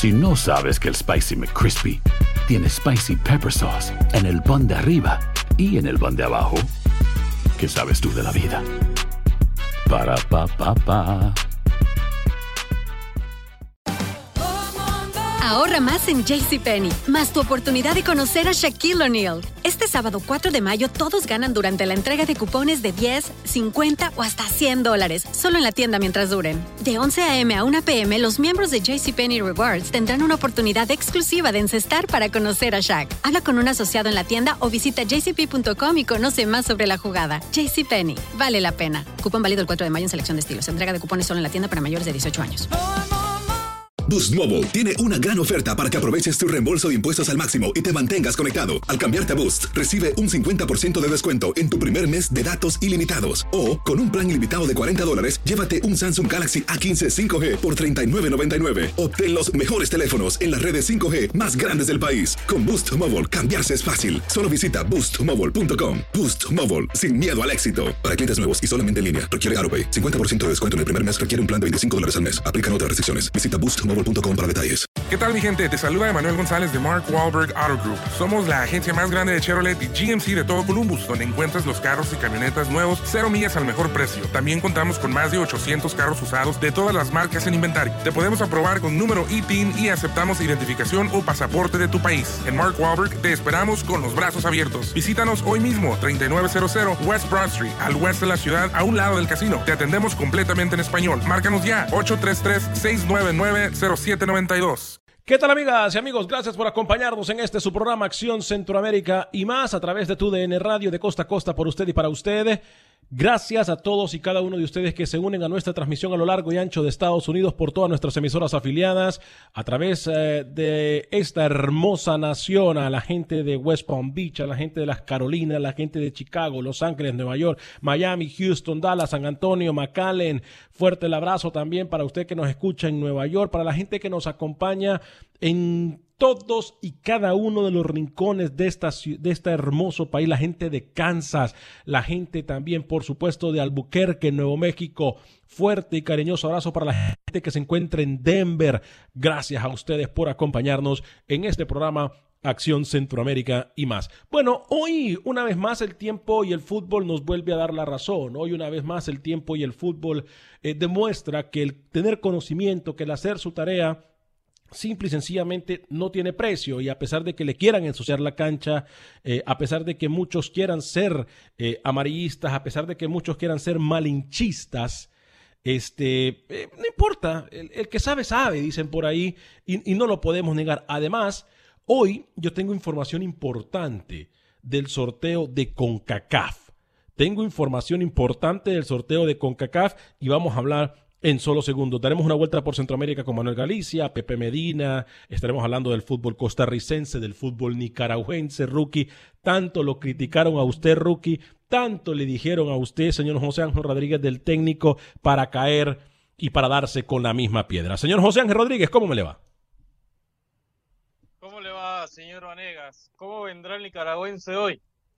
Si no sabes que el Spicy McCrispy tiene Spicy Pepper Sauce en el pan de arriba y en el pan de abajo, ¿qué sabes tú de la vida? Para, pa, pa, pa. Ahorra más en JCPenney, más tu oportunidad de conocer a Shaquille O'Neal. Este sábado 4 de mayo todos ganan durante la entrega de cupones de 10, 50 o hasta $100, solo en la tienda mientras duren. De 11 a.m. a 1 p.m., los miembros de JCPenney Rewards tendrán una oportunidad exclusiva de encestar para conocer a Shaq. Habla con un asociado en la tienda o visita jcp.com y conoce más sobre la jugada. JCPenney, vale la pena. Cupón válido el 4 de mayo en selección de estilos. Entrega de cupones solo en la tienda para mayores de 18 años. Boost Mobile tiene una gran oferta para que aproveches tu reembolso de impuestos al máximo y te mantengas conectado. Al cambiarte a Boost, recibe un 50% de descuento en tu primer mes de datos ilimitados. O, con un plan ilimitado de $40, llévate un Samsung Galaxy A15 5G por $39.99. Obtén los mejores teléfonos en las redes 5G más grandes del país. Con Boost Mobile, cambiarse es fácil. Solo visita boostmobile.com. Boost Mobile, sin miedo al éxito. Para clientes nuevos y solamente en línea, requiere AroPay. 50% de descuento en el primer mes requiere un plan de $25 al mes. Aplican otras restricciones. Visita boostmobile.com para detalles. ¿Qué tal, mi gente? Te saluda Emanuel González de Mark Wahlberg Auto Group. Somos la agencia más grande de Chevrolet y GMC de todo Columbus, donde encuentras los carros y camionetas nuevos, 0 millas al mejor precio. También contamos con más de 800 carros usados de todas las marcas en inventario. Te podemos aprobar con número ITIN y aceptamos identificación o pasaporte de tu país. En Mark Wahlberg te esperamos con los brazos abiertos. Visítanos hoy mismo, 3900 West Broad Street, al oeste de la ciudad, a un lado del casino. Te atendemos completamente en español. Márcanos ya, 833-699-0792. ¿Qué tal, amigas y amigos? Gracias por acompañarnos en este su programa Acción Centroamérica y más a través de TUDN Radio de costa a costa por usted y para usted. Gracias a todos y cada uno de ustedes que se unen a nuestra transmisión a lo largo y ancho de Estados Unidos por todas nuestras emisoras afiliadas a través de esta hermosa nación, a la gente de West Palm Beach, a la gente de las Carolinas, a la gente de Chicago, Los Ángeles, Nueva York, Miami, Houston, Dallas, San Antonio, McAllen. Fuerte el abrazo también para usted que nos escucha en Nueva York, para la gente que nos acompaña en todos y cada uno de los rincones de este hermoso país, la gente de Kansas, la gente también, por supuesto, de Albuquerque, Nuevo México. Fuerte y cariñoso abrazo para la gente que se encuentra en Denver. Gracias a ustedes por acompañarnos en este programa Acción Centroamérica y más. Bueno, hoy una vez más el tiempo y el fútbol nos vuelve a dar la razón. Hoy una vez más el tiempo y el fútbol demuestra que el tener conocimiento, que el hacer su tarea, simple y sencillamente no tiene precio, y a pesar de que le quieran ensuciar la cancha, a pesar de que muchos quieran ser amarillistas, a pesar de que muchos quieran ser malinchistas, no importa, el que sabe, sabe, dicen por ahí, y no lo podemos negar. Además, hoy yo tengo información importante del sorteo de CONCACAF. Tengo información importante del sorteo de CONCACAF y vamos a hablar en solo segundos. Daremos una vuelta por Centroamérica con Manuel Galicia, Pepe Medina. Estaremos hablando del fútbol costarricense, del fútbol nicaragüense, Rookie. Tanto lo criticaron a usted, Rookie. Tanto le dijeron a usted, señor José Ángel Rodríguez, del técnico, para caer y para darse con la misma piedra. Señor José Ángel Rodríguez, ¿cómo me le va? ¿Cómo le va, señor Vanegas? ¿Cómo vendrá el nicaragüense hoy?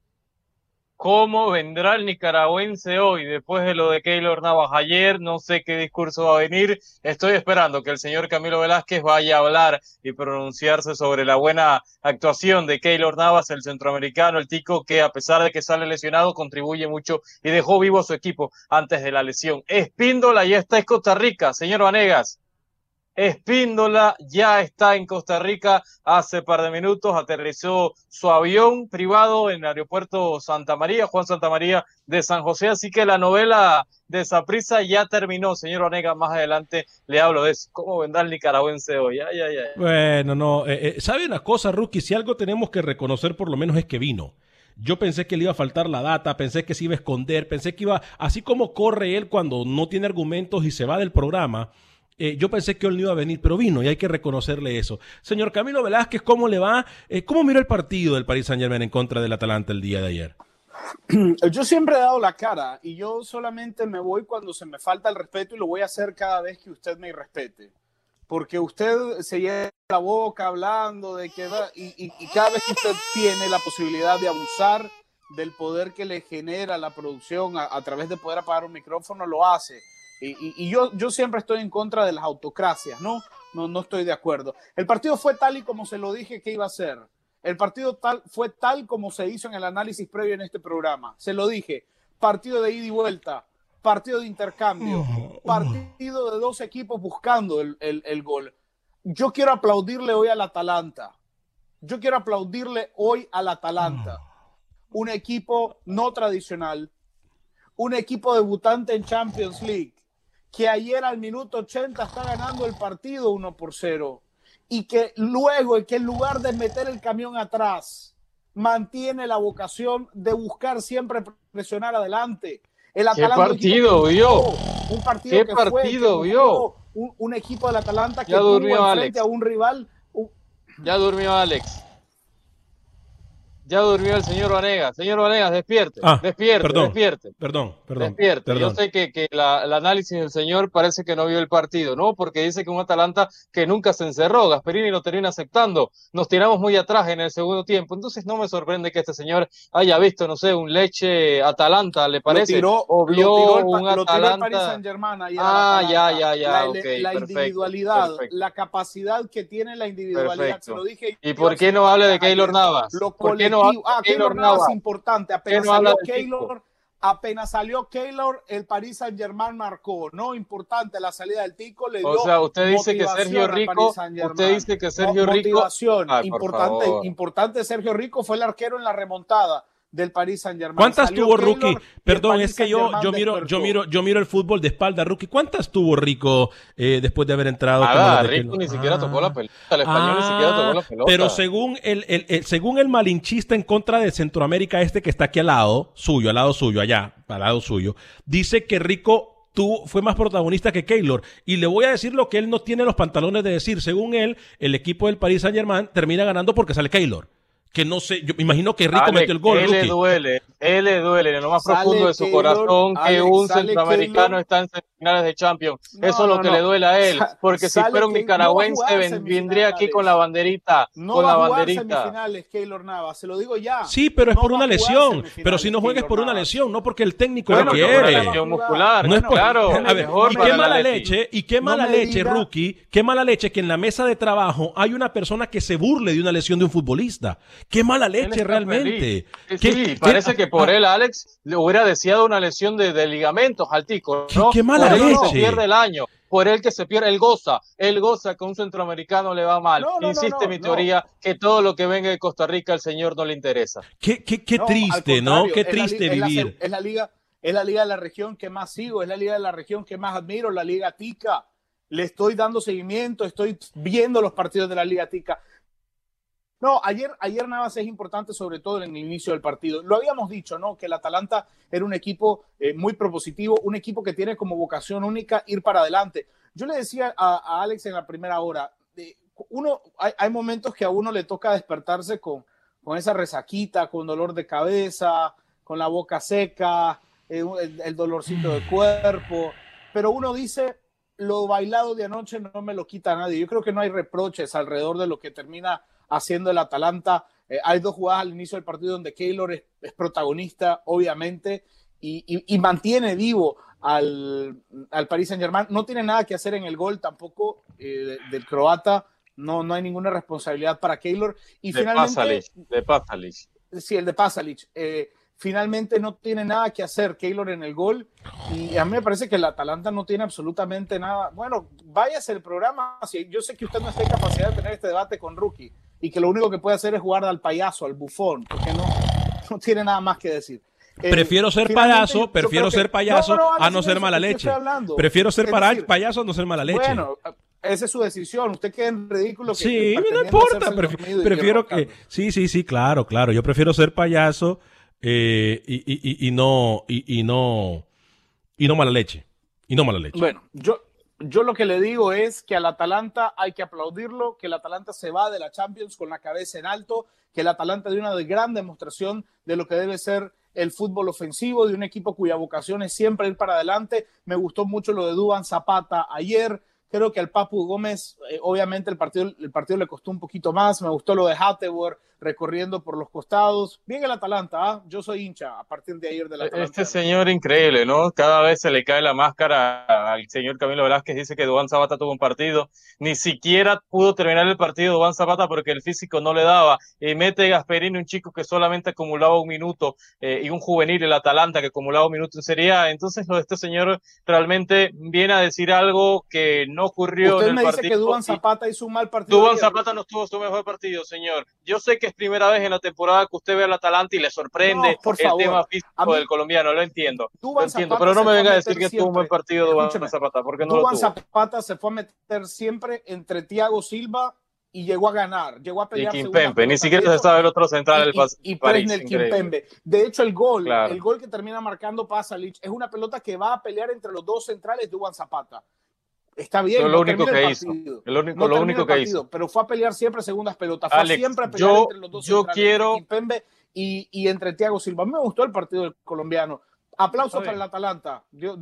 ¿Cómo vendrá el nicaragüense hoy después de lo de Keylor Navas ayer? No sé qué discurso va a venir. Estoy esperando que el señor Camilo Velázquez vaya a hablar y pronunciarse sobre la buena actuación de Keylor Navas, el centroamericano, el tico que a pesar de que sale lesionado contribuye mucho y dejó vivo a su equipo antes de la lesión. Espíndola ya está en Costa Rica, señor Vanegas. Espíndola ya está en Costa Rica. Hace par de minutos aterrizó su avión privado en el aeropuerto Santa María, Juan Santa María de San José. Así que la novela de Saprissa ya terminó, señor Onega. Más adelante le hablo de eso. ¿Cómo vendrá el nicaragüense hoy? Ay, ay, ay. Bueno, no. ¿Sabe una cosa, Rookie? Si algo tenemos que reconocer por lo menos es que vino. Yo pensé que le iba a faltar la data, pensé que se iba a esconder, pensé que iba, así como corre él cuando no tiene argumentos y se va del programa. Yo pensé que él no iba a venir, pero vino y hay que reconocerle eso. Señor Camilo Velázquez, ¿cómo le va? ¿Cómo miró el partido del Paris Saint-Germain en contra del Atalanta el día de ayer? Yo siempre he dado la cara y yo solamente me voy cuando se me falta el respeto y lo voy a hacer cada vez que usted me irrespete. Porque usted se llena la boca hablando de que y cada vez que usted tiene la posibilidad de abusar del poder que le genera la producción a través de poder apagar un micrófono, lo hace. Y yo siempre estoy en contra de las autocracias, ¿no? no estoy de acuerdo. El partido fue tal y como se lo dije que iba a ser. El partido fue tal como se hizo en el análisis previo en este programa. Se lo dije, partido de ida y vuelta, partido de intercambio, partido de dos equipos buscando el gol. Yo quiero aplaudirle hoy al Atalanta. Un equipo no tradicional, un equipo debutante en Champions League, que ayer al minuto 80 está ganando el partido 1-0 y que luego, en lugar de meter el camión atrás, mantiene la vocación de buscar siempre presionar adelante. El Atalanta, ¿qué partido vio? Un partido ¿Qué partido vio? Un equipo del Atalanta que ya tuvo durmió enfrente a un rival. Ya durmió Alex. Ya durmió el señor Vanegas. Señor Vanegas, despierte. Despierte. Perdón. Yo sé que el análisis del señor parece que no vio el partido, ¿no? Porque dice que un Atalanta que nunca se encerró. Gasperini lo termina aceptando. Nos tiramos muy atrás en el segundo tiempo. Entonces no me sorprende que este señor haya visto, no sé, un Leche Atalanta, ¿le parece? O vio un Atalanta. Paris Saint-Germain ayer. La individualidad, perfecto. La capacidad que tiene la individualidad. Perfecto. Se lo dije. ¿Y por qué no habla de Keylor Navas? ¿Por qué no Keylor Navas es importante? Apenas salió Keylor, el Paris Saint-Germain marcó, ¿no? Importante la salida del Tico. O sea, usted dice que Sergio Rico, motivación, importante Sergio Rico fue el arquero en la remontada del Paris Saint-Germain. ¿Cuántas tuvo Rookie? Perdón, es que yo miro el fútbol de espalda, Rookie. ¿Cuántas tuvo Rico después de haber entrado? Rico ni siquiera tocó la pelota. El español ni siquiera tocó la pelota. Pero según el malinchista en contra de Centroamérica que está aquí al lado suyo, dice que Rico fue más protagonista que Keylor. Y le voy a decir lo que él no tiene los pantalones de decir. Según él, el equipo del Paris Saint-Germain termina ganando porque sale Keylor. Que no sé, yo me imagino que Rico metió el gol. Él le duele en lo más profundo de su corazón que un centroamericano está en semifinales de Champions. Eso es lo que le duele a él, porque si fuera un nicaragüense vendría aquí con la banderita. No va a jugar semifinales, Keylor Navas, se lo digo ya. Sí, pero es por una lesión. Pero si no juega es por una lesión, no porque el técnico lo quiere. Una lesión muscular. No es claro. A ver, y qué mala leche, Rookie, qué mala leche que en la mesa de trabajo hay una persona que se burle de una lesión de un futbolista. Qué mala leche realmente. Sí, parece que por él, Alex, le hubiera deseado una lesión de ligamentos al Tico, ¿no? Qué mala leche. Por él se pierde el año, por él que se pierde, él goza que a un centroamericano le va mal. Insiste mi teoría que todo lo que venga de Costa Rica al señor no le interesa. Qué triste, ¿no? Qué triste vivir. Es la liga de la región que más sigo, es la liga de la región que más admiro, la Liga Tica. Le estoy dando seguimiento, estoy viendo los partidos de la Liga Tica. No, ayer Navas es importante, sobre todo en el inicio del partido. Lo habíamos dicho, ¿no? Que el Atalanta era un equipo muy propositivo, un equipo que tiene como vocación única ir para adelante. Yo le decía a Alex en la primera hora, hay momentos que a uno le toca despertarse con esa resaquita, con dolor de cabeza, con la boca seca, el dolorcito de cuerpo, pero uno dice, lo bailado de anoche no me lo quita nadie. Yo creo que no hay reproches alrededor de lo que termina haciendo el Atalanta. Hay dos jugadas al inicio del partido donde Keylor es protagonista, obviamente, y mantiene vivo al Paris Saint-Germain. No tiene nada que hacer en el gol tampoco del croata. No hay ninguna responsabilidad para Keylor. Y finalmente, de Pasalic. Sí, el de Pasalic. Finalmente no tiene nada que hacer Keylor en el gol, y a mí me parece que el Atalanta no tiene absolutamente nada. Bueno, váyase el programa. Yo sé que usted no está en capacidad de tener este debate con Rookie y que lo único que puede hacer es jugar al payaso, al bufón, porque no tiene nada más que decir. Prefiero ser payaso a no ser mala leche. Prefiero ser payaso a no ser mala leche. Bueno, esa es su decisión. Usted queda en ridículo. Sí, no importa. Prefiero que... Sí, claro. Yo prefiero ser payaso y no mala leche. Bueno, yo lo que le digo es que al Atalanta hay que aplaudirlo, que el Atalanta se va de la Champions con la cabeza en alto, que el Atalanta dio una gran demostración de lo que debe ser el fútbol ofensivo, de un equipo cuya vocación es siempre ir para adelante. Me gustó mucho lo de Duván Zapata ayer. Creo que al Papu Gómez, obviamente el partido le costó un poquito más. Me gustó lo de Hatteberg recorriendo por los costados. Bien el Atalanta, ¿eh? Yo soy hincha a partir de ayer del Atalanta. Este señor increíble, ¿no? Cada vez se le cae la máscara al señor Camilo Velázquez. Dice que Duván Zapata tuvo un partido. Ni siquiera pudo terminar el partido Duván Zapata porque el físico no le daba. Y mete Gasperini, un chico que solamente acumulaba un minuto, y un juvenil, el Atalanta, que acumulaba un minuto en Serie A. Entonces lo de este señor realmente viene a decir algo que no ocurrió en el partido. Usted me dice que Duván Zapata hizo un mal partido. Duván Zapata no tuvo su mejor partido, señor. Yo sé que es primera vez en la temporada que usted ve al Atalanta y le sorprende el tema físico del colombiano, lo entiendo. Pero no me venga a decir que tuvo un buen partido Duván Zapata, porque no lo tuvo. Duván Zapata se fue a meter siempre entre Thiago Silva y llegó a ganar, llegó a pelear. Y Kimpembe, ni siquiera se estaba el otro central del y Presnel Kimpembe. De hecho, el gol que termina marcando Pasalic es una pelota que va a pelear entre los dos centrales de Duván Zapata. Está bien, lo único que hizo. Lo único que hizo. Pero fue a pelear siempre segundas pelotas. Fue Alex, siempre a pelear entre los dos centrales, Kimpembe y entre Thiago Silva. A mí me gustó el partido del colombiano. Aplausos para el Atalanta. Bien,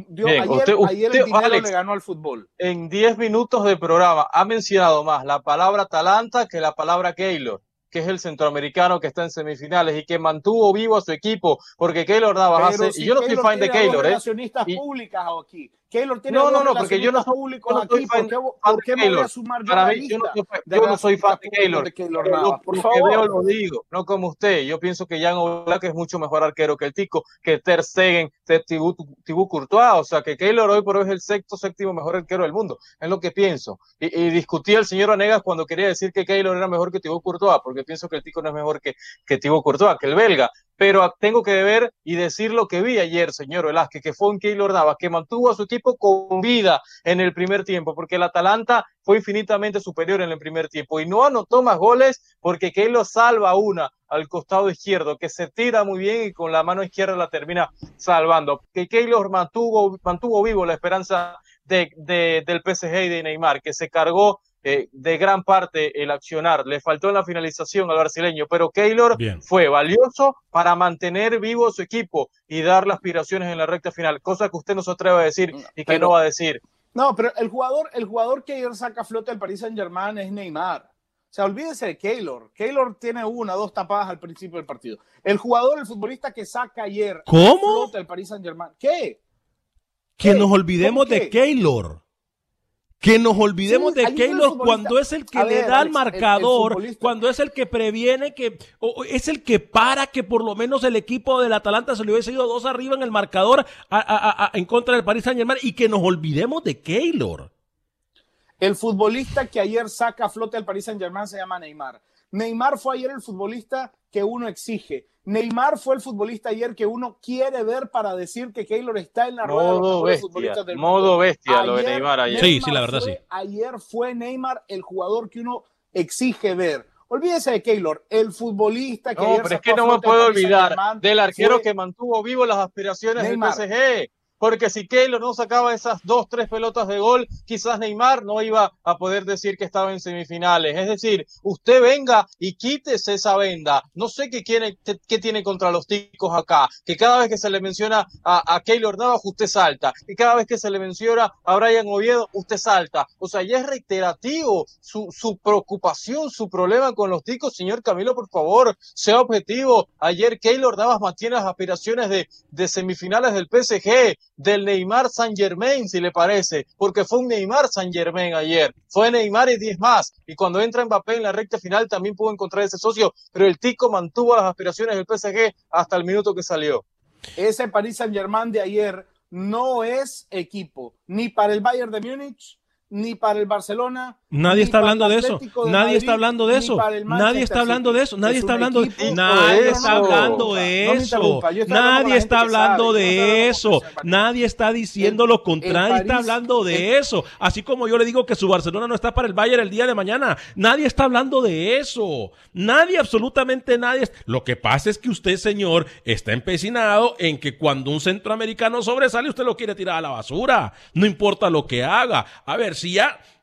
ayer el dinero Alex, le ganó al fútbol. En 10 minutos de programa ha mencionado más la palabra Atalanta que la palabra Keylor, que es el centroamericano que está en semifinales y que mantuvo vivo a su equipo, porque Keylor Navas hace, y yo no soy fan de Keylor, relacionistas públicas aquí. Keylor tiene porque yo no soy públicos aquí. ¿Por qué me voy a sumar yo a la lista? Yo no soy fan de Keylor. Por favor. Veo lo digo, no como usted. Yo pienso que Jan Oblak es mucho mejor arquero que el Tico, que Ter Stegen, Thibaut Courtois. O sea, que Keylor hoy por hoy es el séptimo mejor arquero del mundo. Es lo que pienso. Y discutí al señor Vanegas cuando quería decir que Keylor era mejor que Thibaut Courtois, porque pienso que el Tico no es mejor que Thibaut Courtois, que el belga. Pero tengo que ver y decir lo que vi ayer, señor Velázquez, que fue un Keylor Navas que mantuvo a su equipo con vida en el primer tiempo, porque el Atalanta fue infinitamente superior en el primer tiempo y no anotó más goles porque Keylor salva una al costado izquierdo, que se tira muy bien y con la mano izquierda la termina salvando. Que Keylor mantuvo vivo la esperanza del PSG y de Neymar, que se cargó de gran parte el accionar. Le faltó en la finalización al brasileño, pero Keylor fue valioso para mantener vivo su equipo y darle aspiraciones en la recta final, cosa que usted no se atreve a decir y que no va a decir. No, pero el jugador que ayer saca a flote al Paris Saint-Germain es Neymar. O sea, olvídese de Keylor. Keylor tiene 1 o 2 tapadas al principio del partido. El futbolista que saca ayer a flote al Paris Saint-Germain. ¿Qué? Que nos olvidemos de Keylor. Que nos olvidemos de Keylor cuando es el que le da el marcador, cuando es el que previene, es el que para que por lo menos el equipo del Atalanta se le hubiese ido 2 arriba en el marcador en contra del Paris Saint-Germain, y que nos olvidemos de Keylor. El futbolista que ayer saca a flote al Paris Saint-Germain se llama Neymar. Neymar fue ayer el futbolista que uno exige. Neymar fue el futbolista ayer que uno quiere ver para decir que Keylor está en la rueda de los mejores futbolistas del mundo. Modo bestia lo de Neymar ayer. Sí, la verdad sí. Ayer fue Neymar el jugador que uno exige ver. Olvídese de Keylor, el futbolista que ayer pero es que no me puedo olvidar del arquero que mantuvo vivo las aspiraciones del PSG. Porque si Keylor no sacaba esas 2-3 pelotas de gol, quizás Neymar no iba a poder decir que estaba en semifinales. Es decir, usted venga y quítese esa venda. No sé qué tiene contra los ticos acá, que cada vez que se le menciona a Keylor Navas, usted salta, y cada vez que se le menciona a Brian Oviedo, usted salta. O sea, ya es reiterativo su preocupación, su problema con los ticos. Señor Camilo, por favor, sea objetivo. Ayer Keylor Navas mantiene las aspiraciones de semifinales del PSG, del Neymar Saint-Germain, si le parece, porque fue un Neymar Saint-Germain ayer, fue Neymar y 10 más, y cuando entra Mbappé en la recta final también pudo encontrar ese socio, pero el Tico mantuvo las aspiraciones del PSG hasta el minuto que salió. Ese Paris Saint-Germain de ayer no es equipo, ni para el Bayern de Múnich, ni para el Barcelona. Nadie está hablando de eso. Nadie está hablando de eso. Nadie está hablando de eso. Nadie está hablando de eso. Nadie está hablando de eso. Nadie está hablando de eso. Nadie está diciendo lo contrario. Nadie está hablando de eso. Así como yo le digo que su Barcelona no está para el Bayern el día de mañana. Nadie está hablando de eso. Nadie, absolutamente nadie. Lo que pasa es que usted, señor, está empecinado en que cuando un centroamericano sobresale, usted lo quiere tirar a la basura. No importa lo que haga. A ver, si ya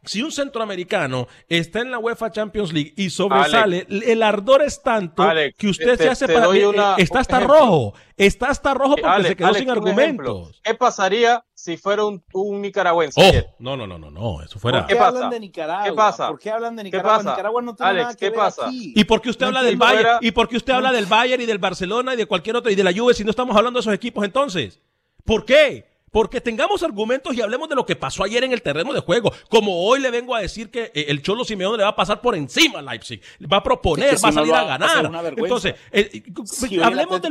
si un centroamericano está en la UEFA Champions League y sobresale, el ardor es tanto que usted se hace para... está hasta rojo porque se quedó sin argumentos. ¿Qué pasaría si fuera un nicaragüense? No, eso fuera... ¿Por qué hablan de Nicaragua? ¿Qué pasa? ¿Por qué hablan de Nicaragua? Nicaragua no tiene nada que ver aquí. ¿Y por qué usted habla del Bayern? ¿Y por qué usted habla del Bayern y del Barcelona y de cualquier otro y de la Juve si no estamos hablando de esos equipos entonces? ¿Por qué? Porque tengamos argumentos y hablemos de lo que pasó ayer en el terreno de juego. Como hoy le vengo a decir que el Cholo Simeone le va a pasar por encima a Leipzig. Va a proponer, va a salir a ganar. Entonces, hablemos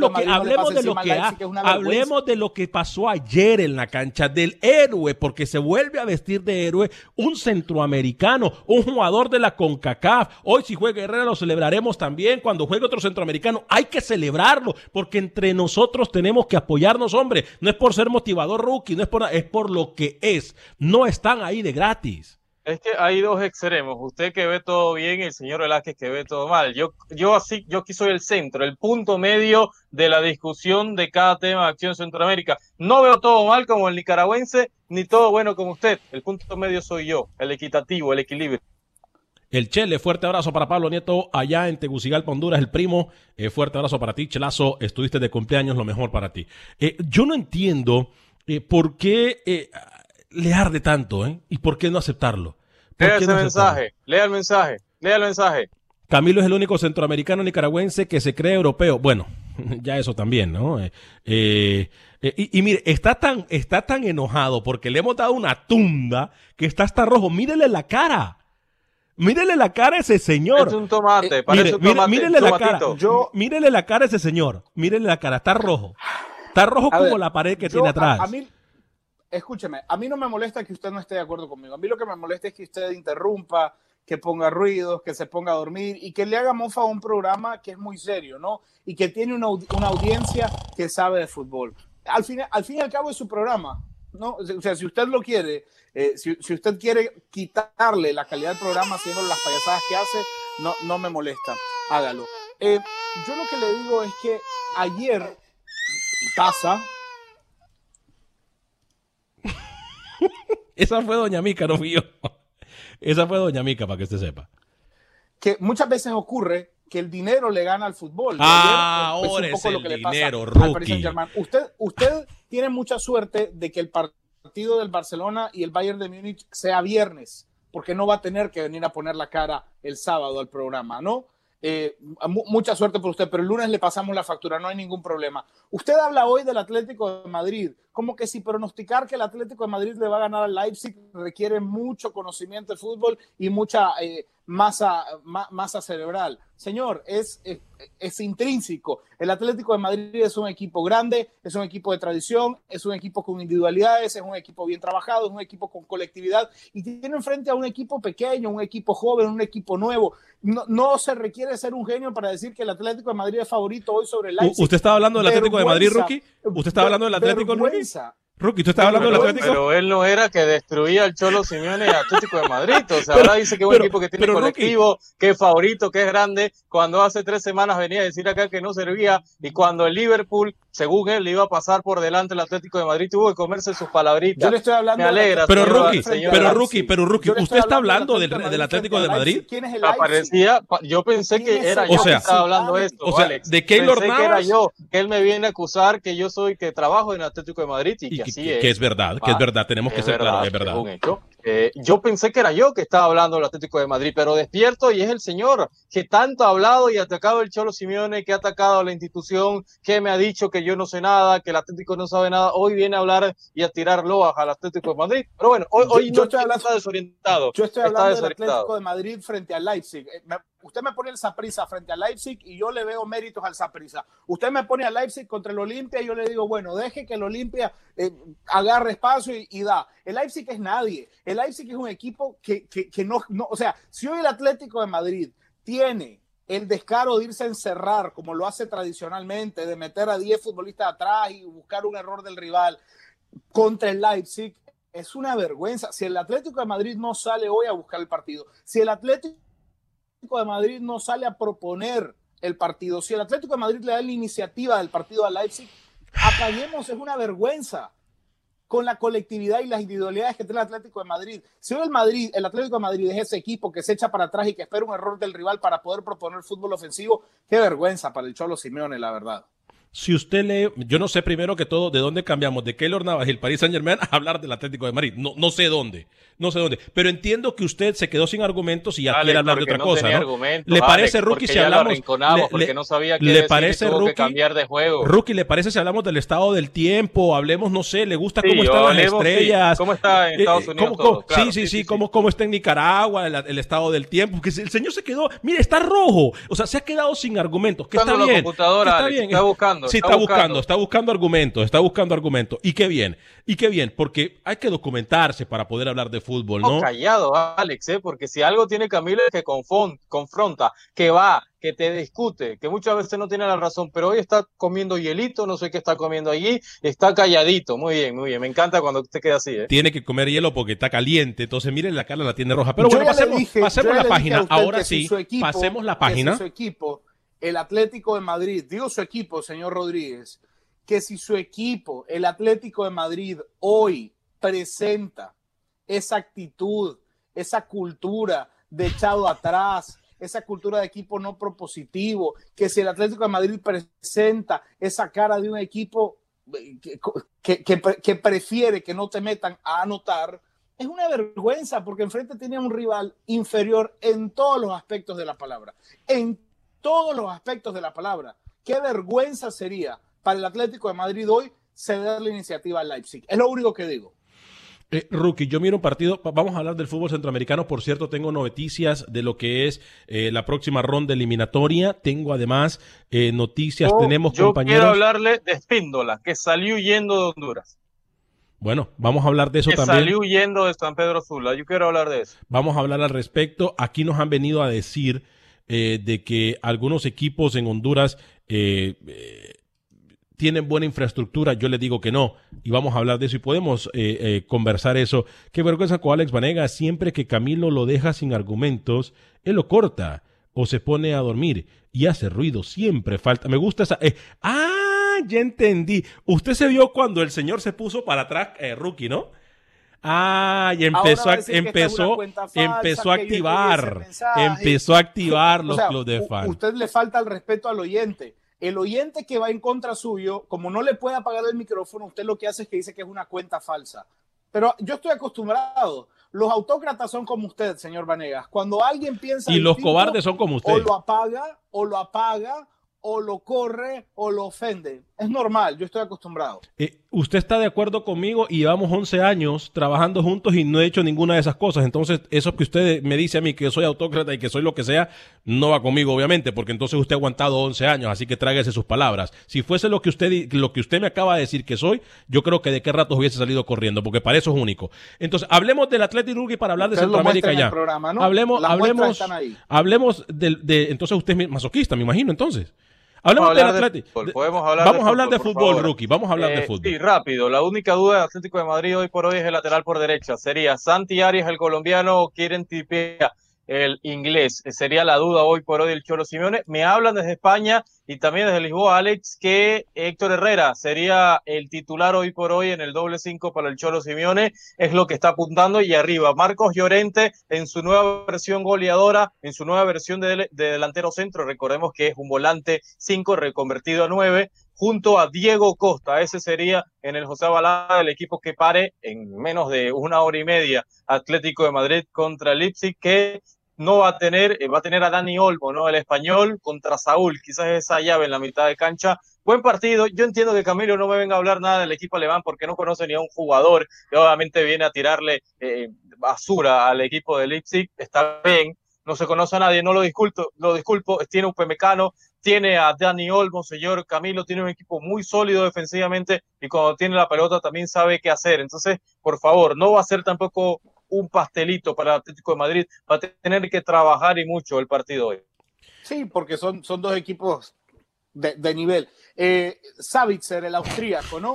de lo que pasó ayer en la cancha, del héroe, porque se vuelve a vestir de héroe un centroamericano, un jugador de la CONCACAF. Hoy si juega Herrera lo celebraremos también. Cuando juegue otro centroamericano hay que celebrarlo, porque entre nosotros tenemos que apoyarnos, hombre. No es por ser motivador, Rookie, no es por lo que es. No están ahí de gratis. Es que hay dos extremos. Usted que ve todo bien y el señor Velázquez que ve todo mal. Yo aquí soy el centro, el punto medio de la discusión de cada tema de Acción Centroamérica. No veo todo mal como el nicaragüense, ni todo bueno como usted. El punto medio soy yo, el equitativo, el equilibrio. El Chele, fuerte abrazo para Pablo Nieto allá en Tegucigalpa, Honduras, el primo. Fuerte abrazo para ti, Chelazo. Estuviste de cumpleaños, lo mejor para ti. Yo no entiendo ¿por qué le arde tanto? ¿Y por qué no aceptarlo? Lea ese mensaje, lea el mensaje. Camilo es el único centroamericano nicaragüense que se cree europeo. Bueno, ya eso también, ¿no? Y mire, está tan enojado porque le hemos dado una tunda que está hasta rojo. Mírele la cara. Mírele la cara a ese señor. Es un tomate, parece un tomate. Mírele la cara. Mírele la cara a ese señor. Mírele la cara, está rojo. Está rojo como la pared que tiene atrás. Escúcheme, a mí no me molesta que usted no esté de acuerdo conmigo. A mí lo que me molesta es que usted interrumpa, que ponga ruidos, que se ponga a dormir y que le haga mofa a un programa que es muy serio, ¿no? Y que tiene una audiencia que sabe de fútbol. Al fin y al cabo es su programa, ¿no? O sea, si usted lo quiere, si usted quiere quitarle la calidad del programa haciendo las payasadas que hace, no me molesta. Hágalo. Yo lo que le digo es que ayer pasa. Esa fue Doña Mica, no fui yo. Esa fue Doña Mica, para que usted sepa. Que muchas veces ocurre que el dinero le gana al fútbol. Ahora es el dinero, Rookie. Usted tiene mucha suerte de que el partido del Barcelona y el Bayern de Múnich sea viernes, porque no va a tener que venir a poner la cara el sábado al programa, ¿no? Mucha suerte por usted, pero el lunes le pasamos la factura, no hay ningún problema. Usted habla hoy del Atlético de Madrid, como que si pronosticar que el Atlético de Madrid le va a ganar al Leipzig requiere mucho conocimiento de fútbol y mucha masa cerebral. Señor, es intrínseco. El Atlético de Madrid es un equipo grande, es un equipo de tradición, es un equipo con individualidades, es un equipo bien trabajado, es un equipo con colectividad y tiene enfrente a un equipo pequeño, un equipo joven, un equipo nuevo. No se requiere ser un genio para decir que el Atlético de Madrid es favorito hoy sobre el Leipzig. ¿Usted estaba hablando del Atlético de Madrid, Rookie? ¿Usted estaba hablando del Atlético, Rookie? ¿Tú estás hablando del Atlético? Pero él no era que destruía al Cholo Simeone y al Atlético de Madrid. O sea, ahora dice que es un equipo que tiene colectivo, Rookie, que es favorito, que es grande, cuando hace 3 semanas venía a decir acá que no servía, y cuando el Liverpool, según él, le iba a pasar por delante el Atlético de Madrid, tuvo que comerse sus palabritas. Yo le estoy hablando. Me alegra. Pero Rookie, ¿usted está hablando del Atlético de Madrid? ¿Quién es el Aparecía, yo pensé que era yo que estaba hablando esto. O sea, Alex. de Keylor Navas. Que era yo, que él me viene a acusar que yo soy, que trabajo en el Atlético de Madrid y que así es. Que es verdad, tenemos que ser claros, es verdad. Yo pensé que era yo que estaba hablando del Atlético de Madrid, pero despierto y es el señor que tanto ha hablado y ha atacado el Cholo Simeone, que ha atacado a la institución, que me ha dicho que yo no sé nada, que el Atlético no sabe nada. Hoy viene a hablar y a tirar loas al Atlético de Madrid. Pero bueno, hoy no está desorientado. Yo estoy hablando del Atlético de Madrid frente al Leipzig. Usted me pone el Saprissa frente al Leipzig y yo le veo méritos al Saprissa. Usted me pone al Leipzig contra el Olimpia y yo le digo, bueno, deje que el Olimpia agarre espacio y da. El Leipzig es nadie. El Leipzig es un equipo que no, o sea, si hoy el Atlético de Madrid tiene el descaro de irse a encerrar, como lo hace tradicionalmente, de meter a 10 futbolistas atrás y buscar un error del rival contra el Leipzig, es una vergüenza. Si el Atlético de Madrid no sale hoy a buscar el partido, si el Atlético de Madrid no sale a proponer el partido, si el Atlético de Madrid le da la iniciativa del partido al Leipzig, apaguemos, es una vergüenza. con la colectividad y las individualidades que tiene el Atlético de Madrid. Si hoy el Atlético de Madrid es ese equipo que se echa para atrás y que espera un error del rival para poder proponer fútbol ofensivo, qué vergüenza para el Cholo Simeone, la verdad. Si usted lee, yo no sé primero que todo de dónde cambiamos de Keylor Navas y el Paris Saint-Germain a hablar del Atlético de Madrid. No sé dónde, pero entiendo que usted se quedó sin argumentos y ya quiere hablar de otra cosa, ¿no? ¿Le parece, Rookie, si hablamos? Porque no sabía qué ¿Le decir parece, y tuvo Rookie, que cambiar de juego? Rookie, ¿le parece si hablamos del estado del tiempo? Hablemos, no sé, ¿le gusta cómo están las estrellas? ¿Cómo está en Estados Unidos todo? Claro, sí, cómo está en Nicaragua, el estado del tiempo, porque el señor se quedó, mire, está rojo, o sea, se ha quedado sin argumentos, que está bien. Está buscando argumentos. Y qué bien, porque hay que documentarse para poder hablar de fútbol, ¿no? Callado, Alex, porque si algo tiene Camilo es que confronta, que va, que te discute, que muchas veces no tiene la razón, pero hoy está comiendo hielito, no sé qué está comiendo allí, está calladito. Muy bien, me encanta cuando usted queda así, Tiene que comer hielo porque está caliente, entonces miren, la cara la tiene roja. Pero bueno, pasemos la página, ahora sí, pasemos la página. Su equipo, el Atlético de Madrid, digo su equipo, señor Rodríguez, que si su equipo, el Atlético de Madrid, hoy presenta esa actitud, esa cultura de echado atrás, esa cultura de equipo no propositivo, que si el Atlético de Madrid presenta esa cara de un equipo que prefiere que no te metan a anotar, es una vergüenza porque enfrente tiene un rival inferior en todos los aspectos de la palabra. En todos los aspectos de la palabra. Qué vergüenza sería para el Atlético de Madrid hoy ceder la iniciativa al Leipzig. Es lo único que digo. Rookie, yo miro un partido, vamos a hablar del fútbol centroamericano, por cierto, tengo noticias de lo que es la próxima ronda eliminatoria, tengo además noticias, tenemos compañeros... Yo quiero hablarle de Espíndola, que salió huyendo de Honduras. Bueno, vamos a hablar de eso también. Salió huyendo de San Pedro Sula, yo quiero hablar de eso. Vamos a hablar al respecto, aquí nos han venido a decir de que algunos equipos en Honduras... tienen buena infraestructura, yo les digo que no, y vamos a hablar de eso y podemos conversar eso. Qué vergüenza con Alex Vanegas, siempre que Camilo lo deja sin argumentos, él lo corta o se pone a dormir y hace ruido, siempre falta. Me gusta esa... ya entendí. Usted se vio cuando el señor se puso para atrás, Rookie, ¿no? Y empezó a activar los clubes de fans. Usted le falta el respeto al oyente. El oyente que va en contra suyo, como no le puede apagar el micrófono, usted lo que hace es que dice que es una cuenta falsa. Pero yo estoy acostumbrado. Los autócratas son como usted, señor Vanegas. Cuando alguien piensa... Y los cobardes son como usted. O lo apaga, o lo corre, o lo ofende. Es normal, yo estoy acostumbrado. Usted está de acuerdo conmigo y llevamos 11 años trabajando juntos y no he hecho ninguna de esas cosas. Entonces, eso que usted me dice a mí que soy autócrata y que soy lo que sea, no va conmigo, obviamente, porque entonces usted ha aguantado 11 años, así que tráguese sus palabras. Si fuese lo que usted me acaba de decir que soy, yo creo que de qué rato hubiese salido corriendo, porque para eso es único. Entonces, hablemos del Atlético Rugby para hablar de Centroamérica ya. Programa, ¿no? Hablemos entonces usted es masoquista, me imagino, entonces. Hablemos del Atlético. Vamos a hablar de fútbol, Rookie. Vamos a hablar de fútbol. Sí, rápido. La única duda del Atlético de Madrid hoy por hoy es el lateral por derecha. Sería Santi Arias, el colombiano, o Kieran Trippier, el inglés. Sería la duda hoy por hoy del Cholo Simeone. Me hablan desde España y también desde Lisboa, Alex, que Héctor Herrera sería el titular hoy por hoy en el doble 5 para el Cholo Simeone. Es lo que está apuntando. Y arriba, Marcos Llorente en su nueva versión goleadora, en su nueva versión de delantero centro. Recordemos que es un volante 5 reconvertido a 9, junto a Diego Costa. Ese sería en el José Balada el equipo que pare en menos de una hora y media Atlético de Madrid contra el Leipzig, que no va a tener a Dani Olmo, ¿no? El español contra Saúl, quizás esa llave en la mitad de cancha. Buen partido. Yo entiendo que Camilo no me venga a hablar nada del equipo alemán porque no conoce ni a un jugador que obviamente viene a tirarle basura al equipo de Leipzig. Está bien, no se conoce a nadie, no lo disculpo. Tiene un Upamecano, tiene a Dani Olmo, señor Camilo, tiene un equipo muy sólido defensivamente y cuando tiene la pelota también sabe qué hacer. Entonces, por favor, no va a ser tampoco un pastelito para el Atlético de Madrid, va a tener que trabajar y mucho el partido hoy. Sí, porque son dos equipos de nivel. Savitzer, el austríaco, ¿no?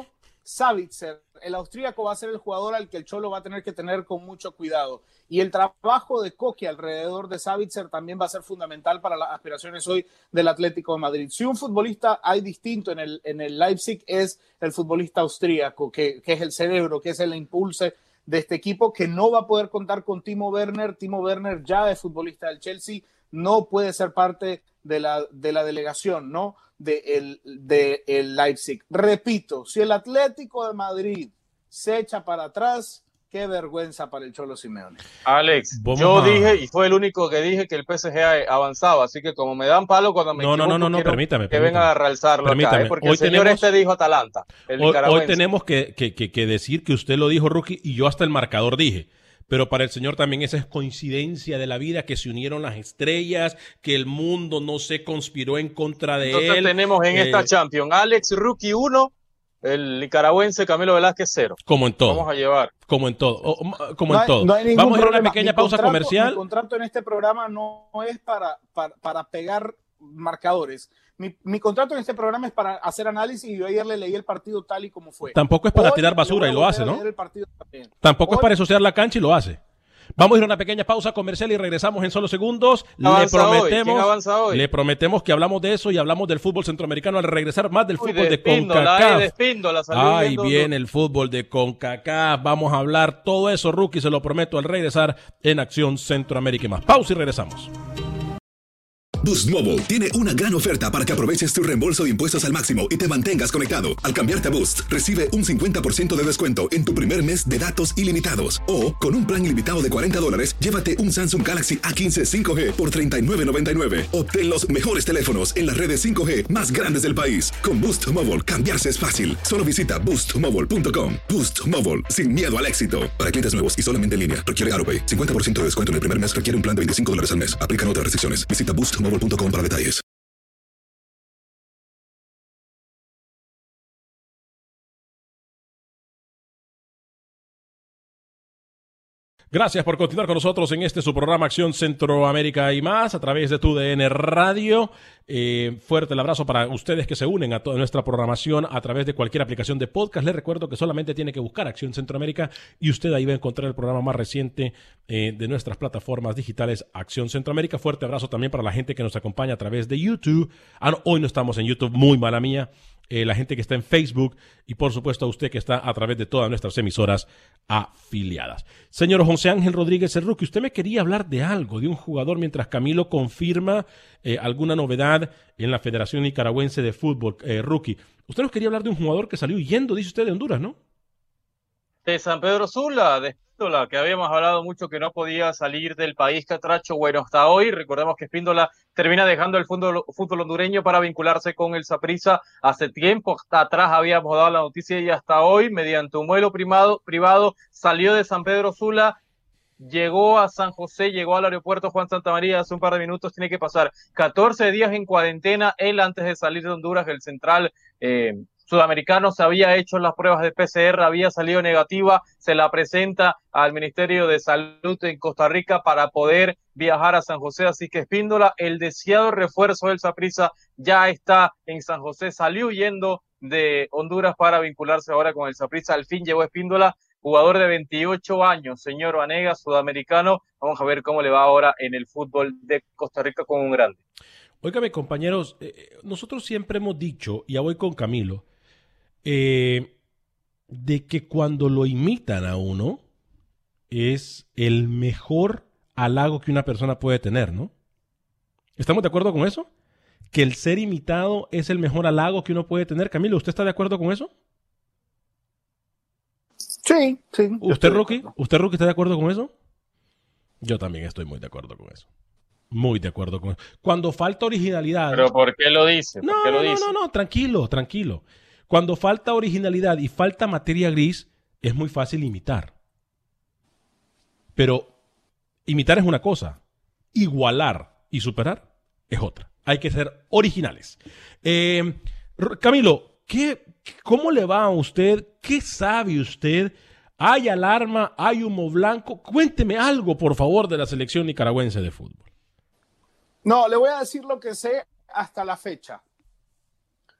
Savitzer, el austríaco, va a ser el jugador al que el Cholo va a tener que tener con mucho cuidado. Y el trabajo de Coque alrededor de Savitzer también va a ser fundamental para las aspiraciones hoy del Atlético de Madrid. Si un futbolista hay distinto en el Leipzig, es el futbolista austríaco, que es el cerebro, que es el impulse de este equipo, que no va a poder contar con Timo Werner. Timo Werner ya es futbolista del Chelsea, no puede ser parte de la delegación, ¿no? de el Leipzig. Repito, si el Atlético de Madrid se echa para atrás, qué vergüenza para el Cholo Simeone. Alex, yo dije, y fue el único que dije, que el PSG avanzaba, así que como me dan palo cuando me equivoco, permítame. Que vengan a realzarlo acá, porque hoy el señor dijo Atalanta, el nicaragüense. Hoy tenemos que decir que usted lo dijo, Rookie, y yo hasta el marcador dije. Pero para el señor también esa es coincidencia de la vida, que se unieron las estrellas, que el mundo no se conspiró en contra de él. Entonces tenemos en esta Champions, Alex Rookie 1, el nicaragüense Camilo Velázquez 0. Como en todo. Vamos a llevar. Como en todo. Vamos a ir a una pequeña pausa comercial. Mi contrato en este programa no es para pegar marcadores. Mi contrato en este programa es para hacer análisis, y yo ayer le leí el partido tal y como fue. Tampoco es para tirar basura y lo hace, ¿no? Tampoco es para ensuciar la cancha y lo hace. Vamos a ir a una pequeña pausa comercial y regresamos en solo segundos. Le prometemos que hablamos de eso y hablamos del fútbol centroamericano al regresar, más del fútbol de CONCACAF. Ahí viene el fútbol de CONCACAF. Vamos a hablar todo eso, Rookie, se lo prometo, al regresar en Acción Centroamérica y más. Pausa y regresamos. Boost Mobile tiene una gran oferta para que aproveches tu reembolso de impuestos al máximo y te mantengas conectado. Al cambiarte a Boost, recibe un 50% de descuento en tu primer mes de datos ilimitados. O, con un plan ilimitado de $40, llévate un Samsung Galaxy A15 5G por $39.99. Obtén los mejores teléfonos en las redes 5G más grandes del país. Con Boost Mobile, cambiarse es fácil. Solo visita boostmobile.com. Boost Mobile, sin miedo al éxito. Para clientes nuevos y solamente en línea, requiere AutoPay. 50% de descuento en el primer mes, requiere un plan de $25 al mes. Aplican otras restricciones. Visita boostmobile.com para detalles. Gracias por continuar con nosotros en su programa Acción Centroamérica y más a través de TUDN Radio. Fuerte el abrazo para ustedes que se unen a toda nuestra programación a través de cualquier aplicación de podcast. Les recuerdo que solamente tiene que buscar Acción Centroamérica y usted ahí va a encontrar el programa más reciente de nuestras plataformas digitales Acción Centroamérica. Fuerte abrazo también para la gente que nos acompaña a través de YouTube. No, hoy no estamos en YouTube, muy mala mía. La gente que está en Facebook y por supuesto a usted que está a través de todas nuestras emisoras afiliadas. Señor José Ángel Rodríguez, el Rookie, usted me quería hablar de algo, de un jugador, mientras Camilo confirma alguna novedad en la Federación Nicaragüense de Fútbol. Rookie, usted nos quería hablar de un jugador que salió huyendo, dice usted, de Honduras, ¿no? De San Pedro Sula, de Espíndola, que habíamos hablado mucho que no podía salir del país catracho. Bueno, hasta hoy, recordemos que Espíndola termina dejando el fútbol hondureño para vincularse con el Saprissa. Hace tiempo atrás habíamos dado la noticia y hasta hoy, mediante un vuelo privado, salió de San Pedro Sula, llegó a San José, llegó al aeropuerto Juan Santamaría hace un par de minutos. Tiene que pasar 14 días en cuarentena. Él, antes de salir de Honduras, el central sudamericano, se había hecho las pruebas de PCR, había salido negativa, se la presenta al Ministerio de Salud en Costa Rica para poder viajar a San José. Así que Espíndola, el deseado refuerzo del Saprissa, ya está en San José, salió huyendo de Honduras para vincularse ahora con el Saprissa. Al fin llegó Espíndola, jugador de 28 años, señor Vanegas, sudamericano. Vamos a ver cómo le va ahora en el fútbol de Costa Rica con un grande. Óigame, compañeros, nosotros siempre hemos dicho, y ya voy con Camilo, de que cuando lo imitan a uno es el mejor halago que una persona puede tener, ¿no? ¿Estamos de acuerdo con eso? Que el ser imitado es el mejor halago que uno puede tener. Camilo, ¿usted está de acuerdo con eso? Sí. ¿Usted, Rookie, está de acuerdo con eso? Yo también estoy muy de acuerdo con eso. Muy de acuerdo con eso. Cuando falta originalidad... ¿Pero por qué lo dice? No, tranquilo. Cuando falta originalidad y falta materia gris, es muy fácil imitar. Pero imitar es una cosa. Igualar y superar es otra. Hay que ser originales. Camilo, ¿cómo le va a usted? ¿Qué sabe usted? ¿Hay alarma? ¿Hay humo blanco? Cuénteme algo, por favor, de la selección nicaragüense de fútbol. No, le voy a decir lo que sé hasta la fecha.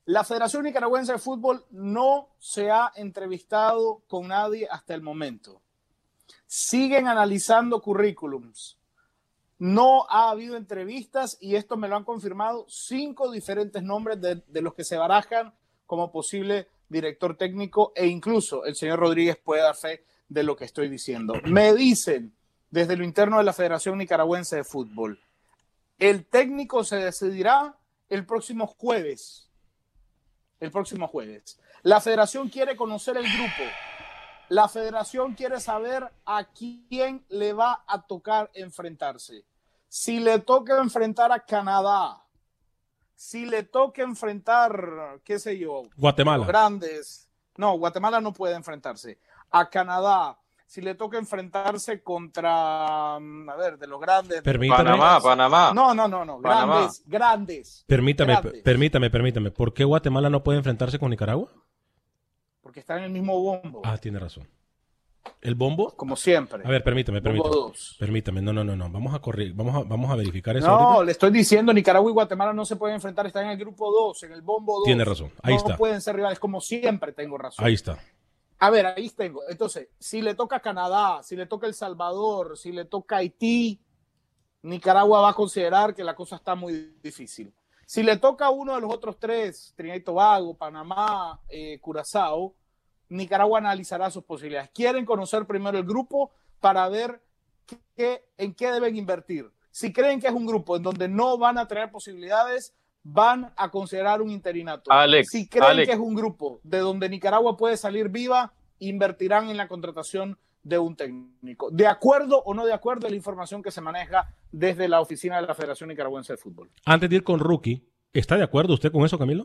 La Federación Nicaragüense de Fútbol no se ha entrevistado con nadie hasta el momento. Siguen analizando currículums. No ha habido entrevistas y esto me lo han confirmado 5 diferentes nombres de los que se barajan como posible director técnico, e incluso el señor Rodríguez puede dar fe de lo que estoy diciendo. Me dicen desde lo interno de la Federación Nicaragüense de Fútbol, el técnico se decidirá el próximo jueves. El próximo jueves. La federación quiere conocer el grupo. La federación quiere saber a quién le va a tocar enfrentarse. Si le toca enfrentar a Canadá, si le toca enfrentar, qué sé yo, Guatemala. Los grandes. No, Guatemala no puede enfrentarse. A Canadá, si le toca enfrentarse contra, a ver, de los grandes. Permítame. Panamá. No. Panamá. Grandes. Permítame. ¿Por qué Guatemala no puede enfrentarse con Nicaragua? Porque está en el mismo bombo. Ah, tiene razón. ¿El bombo? Como siempre. A ver, permítame. Bombo 2. Permítame. No. Vamos a correr. Vamos a verificar eso No, ahorita. le estoy diciendo, Nicaragua y Guatemala no se pueden enfrentar, están en el grupo 2, en el bombo 2. Tiene razón. Ahí está. No pueden ser rivales, como siempre tengo razón. Ahí está. A ver, ahí tengo. Entonces, si le toca Canadá, si le toca El Salvador, si le toca Haití, Nicaragua va a considerar que la cosa está muy difícil. Si le toca uno de los otros 3, Trinidad y Tobago, Panamá, Curazao, Nicaragua analizará sus posibilidades. Quieren conocer primero el grupo para ver en qué deben invertir. Si creen que es un grupo en donde no van a tener posibilidades, van a considerar un interinato. Si creen que es un grupo de donde Nicaragua puede salir viva, invertirán en la contratación de un técnico. ¿De acuerdo o no de acuerdo a la información que se maneja desde la oficina de la Federación Nicaragüense de Fútbol? Antes de ir con Rookie, ¿está de acuerdo usted con eso, Camilo?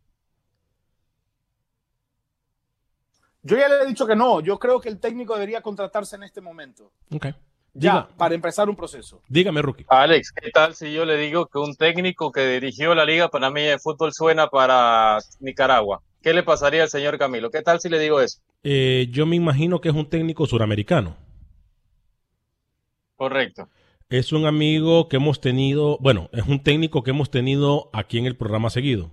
Yo ya le he dicho que no. Yo creo que el técnico debería contratarse en este momento. Ok. Para empezar un proceso. Dígame, Rookie. Alex, ¿qué tal si yo le digo que un técnico que dirigió la Liga Panameña de Fútbol suena para Nicaragua? ¿Qué le pasaría al señor Camilo? ¿Qué tal si le digo eso? Yo me imagino que es un técnico suramericano. Correcto. Es un amigo que hemos tenido, bueno, es un técnico que hemos tenido aquí en el programa seguido.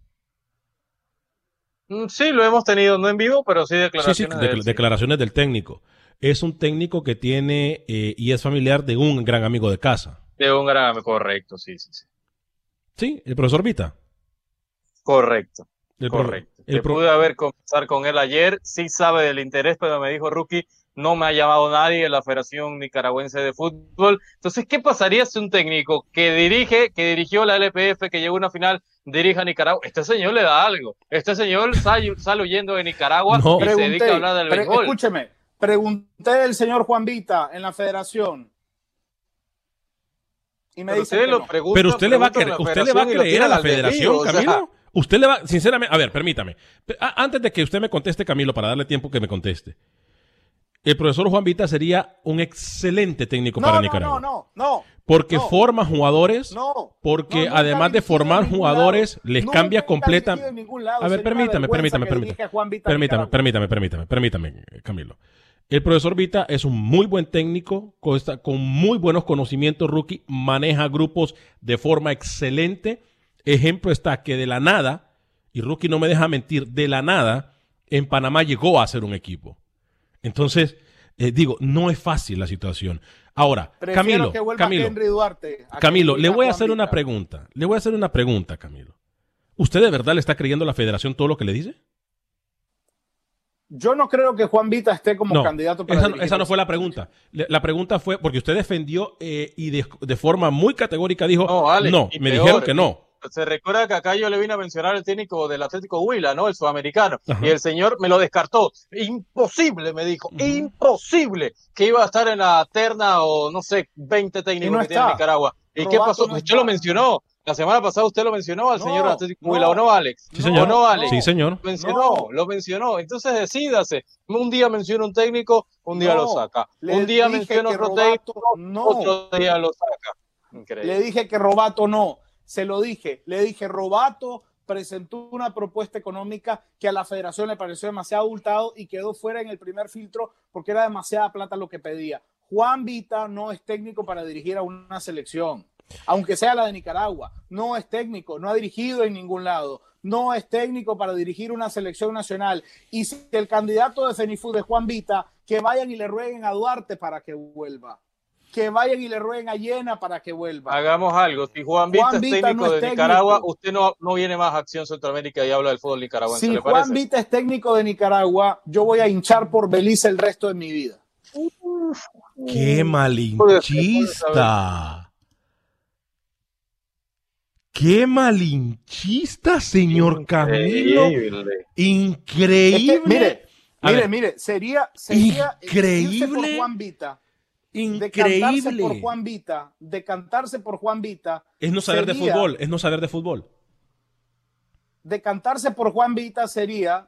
Sí, lo hemos tenido, no en vivo, pero sí declaraciones. Sí, declaraciones del técnico. Es un técnico que tiene y es familiar de un gran amigo de casa. De un gran amigo, correcto, sí. Sí, el profesor Vita. Correcto. Correcto. Pude haber conversado con él ayer, sí sabe del interés, pero me dijo, Rookie, no me ha llamado nadie de la Federación Nicaragüense de Fútbol. Entonces, ¿qué pasaría si un técnico que dirigió la LPF, que llegó a una final, dirige a Nicaragua? Este señor le da algo. Este señor sale huyendo de Nicaragua y se dedica a hablar del béisbol. Escúcheme, pregunté del señor Juan Vita en la Federación. Y me dice pero usted le va a creer a la Federación, Camilo. O sea, usted le va, sinceramente, a ver, permítame. Antes de que usted me conteste, Camilo, para darle tiempo que me conteste. El profesor Juan Vita sería un excelente técnico para Nicaragua. No. Porque forma jugadores, porque además de formar jugadores, les cambia completamente. A ver, permítame, Camilo. El profesor Vita es un muy buen técnico, con muy buenos conocimientos, Rookie, maneja grupos de forma excelente. Ejemplo está que de la nada, y Rookie no me deja mentir, de la nada, en Panamá llegó a ser un equipo. Entonces, no es fácil la situación. Ahora, Camilo, le voy a hacer una pregunta. Camilo. ¿Usted de verdad le está creyendo a la Federación todo lo que le dice? Yo no creo que Juan Vita esté como candidato para esa no fue la pregunta. La pregunta fue porque usted defendió y de forma muy categórica dijo, me dijeron que no. Se recuerda que acá yo le vine a mencionar al técnico del Atlético Huila, ¿no? El sudamericano. Ajá. Y el señor me lo descartó. Imposible, me dijo. Imposible que iba a estar en la terna o no sé, 20 técnicos que tiene Nicaragua. ¿Y qué pasó? Usted lo mencionó. La semana pasada usted lo mencionó al señor Atlético Huila, ¿o no, Alex? Sí, señor. ¿O no, Alex? Sí, señor. Lo mencionó. Entonces decídase. Un día menciona un técnico, un día lo saca. Un día menciona otro técnico, otro día lo saca. Increíble. Le dije que Robato no. Se lo dije, le dije, Robato presentó una propuesta económica que a la federación le pareció demasiado abultado y quedó fuera en el primer filtro porque era demasiada plata lo que pedía. Juan Vita no es técnico para dirigir a una selección. aunque sea la de Nicaragua. No es técnico, no ha dirigido en ningún lado. No es técnico para dirigir una selección nacional. Y si el candidato de FENIFUT es Juan Vita, que vayan y le rueguen a Duarte para que vuelva. Que vayan y le rueguen a Llena para que vuelva. Hagamos algo. Si Juan Vita es técnico de Nicaragua, usted no viene más a Acción Centroamérica y habla del fútbol nicaragüense. Si Juan Vita es técnico de Nicaragua, yo voy a hinchar por Belice el resto de mi vida. ¡Qué malinchista! ¡Qué malinchista, señor Camilo! Increíble. Mire, sería increíble por Juan Vita. Increíble. Decantarse por Juan Vita. Es no saber de fútbol, es no saber de fútbol. Decantarse por Juan Vita sería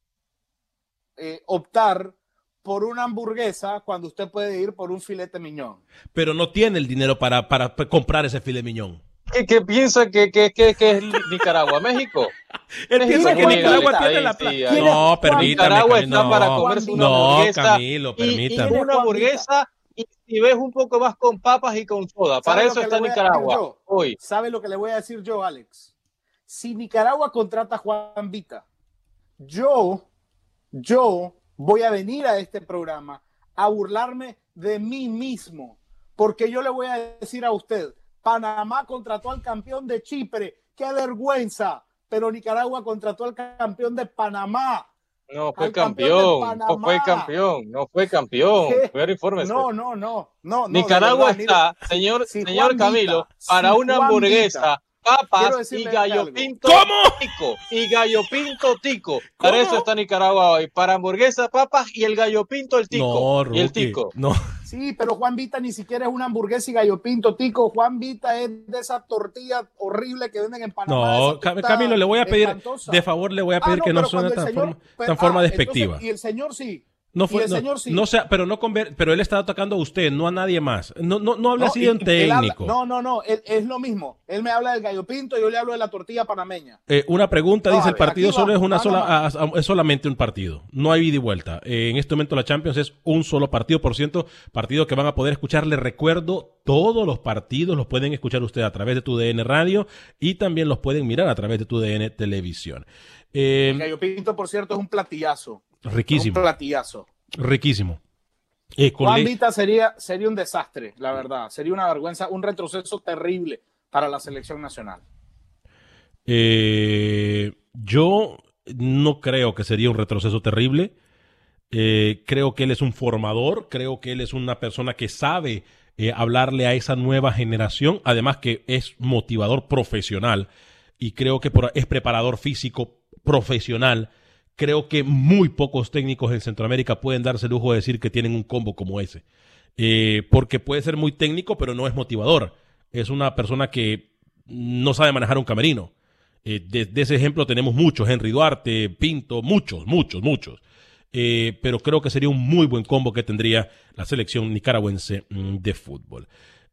optar por una hamburguesa cuando usted puede ir por un filete miñón. Pero no tiene el dinero para comprar ese filete miñón. ¿Qué piensa que es Nicaragua? ¿México? Él piensa que Nicaragua tiene la plata. No, permítame. Nicaragua está para comerse una hamburguesa. Camilo, permítame. Y una hamburguesa y ves un poco más con papas y con soda. Para eso está Nicaragua hoy. ¿Sabe lo que le voy a decir yo, Alex? Si Nicaragua contrata a Juan Vita, yo voy a venir a este programa a burlarme de mí mismo, porque yo le voy a decir a usted, Panamá contrató al campeón de Chipre, ¡qué vergüenza! Pero Nicaragua contrató al campeón de Panamá. No fue campeón, no fue campeón. No. Nicaragua está, señor Camilo, para una hamburguesa, papas y gallo pinto tico. Y gallo pinto tico. Para eso está Nicaragua hoy. Para hamburguesas, papas y el gallo pinto, el tico. No, y el tico. No. Sí, pero Juan Vita ni siquiera es una hamburguesa y gallo pinto tico. Juan Vita es de esa tortilla horrible que venden en Panamá. No, Camilo, le voy a pedir, de favor, le voy a pedir que no suene tan forma despectiva. Entonces, y el señor sí. No fue, pero él está atacando a usted, no a nadie más. No habla así de un técnico. Él es lo mismo. Él me habla del gallo pinto y yo le hablo de la tortilla panameña. Una pregunta, dice, el partido solo es solamente un partido. No hay ida y vuelta. En este momento la Champions es un solo partido, por ciento, partido que van a poder escuchar. Les recuerdo, todos los partidos los pueden escuchar ustedes a través de TUDN Radio y también los pueden mirar a través de TUDN Televisión. El gallo pinto, por cierto, es un platillazo. Riquísimo. Un platillazo. Riquísimo. Juan Vita sería un desastre, la verdad. Sería una vergüenza, un retroceso terrible para la selección nacional. Yo no creo que sería un retroceso terrible. Creo que él es un formador. Creo que él es una persona que sabe hablarle a esa nueva generación. Además que es motivador profesional. Y creo que es preparador físico profesional. Creo que muy pocos técnicos en Centroamérica pueden darse el lujo de decir que tienen un combo como ese. Porque puede ser muy técnico, pero no es motivador. Es una persona que no sabe manejar un camerino. De ese ejemplo tenemos muchos. Henry Duarte, Pinto, muchos. Pero creo que sería un muy buen combo que tendría la selección nicaragüense de fútbol.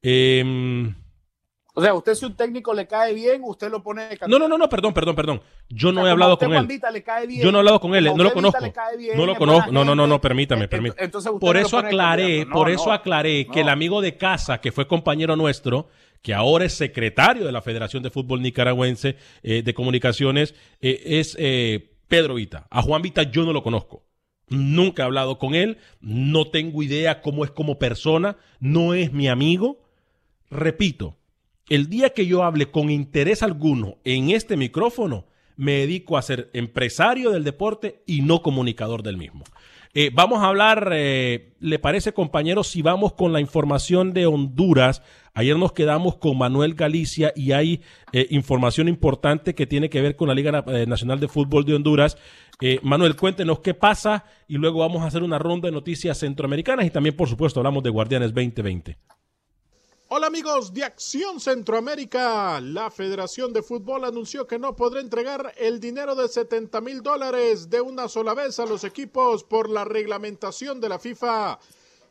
O sea, usted si un técnico le cae bien, usted lo pone de candidato. No, perdón. Yo no he hablado con él. Yo no he hablado con él, no lo conozco. No lo conozco. No, permítame. Entonces por eso aclaré que el amigo de casa, que fue compañero nuestro, que ahora es secretario de la Federación de Fútbol Nicaragüense de Comunicaciones, es Pedro Vita. A Juan Vita yo no lo conozco. Nunca he hablado con él. No tengo idea cómo es como persona. No es mi amigo. Repito. El día que yo hable con interés alguno en este micrófono, me dedico a ser empresario del deporte y no comunicador del mismo. Vamos a hablar, ¿le parece, compañeros, si vamos con la información de Honduras? Ayer nos quedamos con Manuel Galicia y hay información importante que tiene que ver con la Liga Nacional de Fútbol de Honduras. Manuel, cuéntenos qué pasa y luego vamos a hacer una ronda de noticias centroamericanas y también, por supuesto, hablamos de Guardianes 2020. Hola amigos de Acción Centroamérica. La Federación de Fútbol anunció que no podrá entregar el dinero de $70,000 de una sola vez a los equipos por la reglamentación de la FIFA.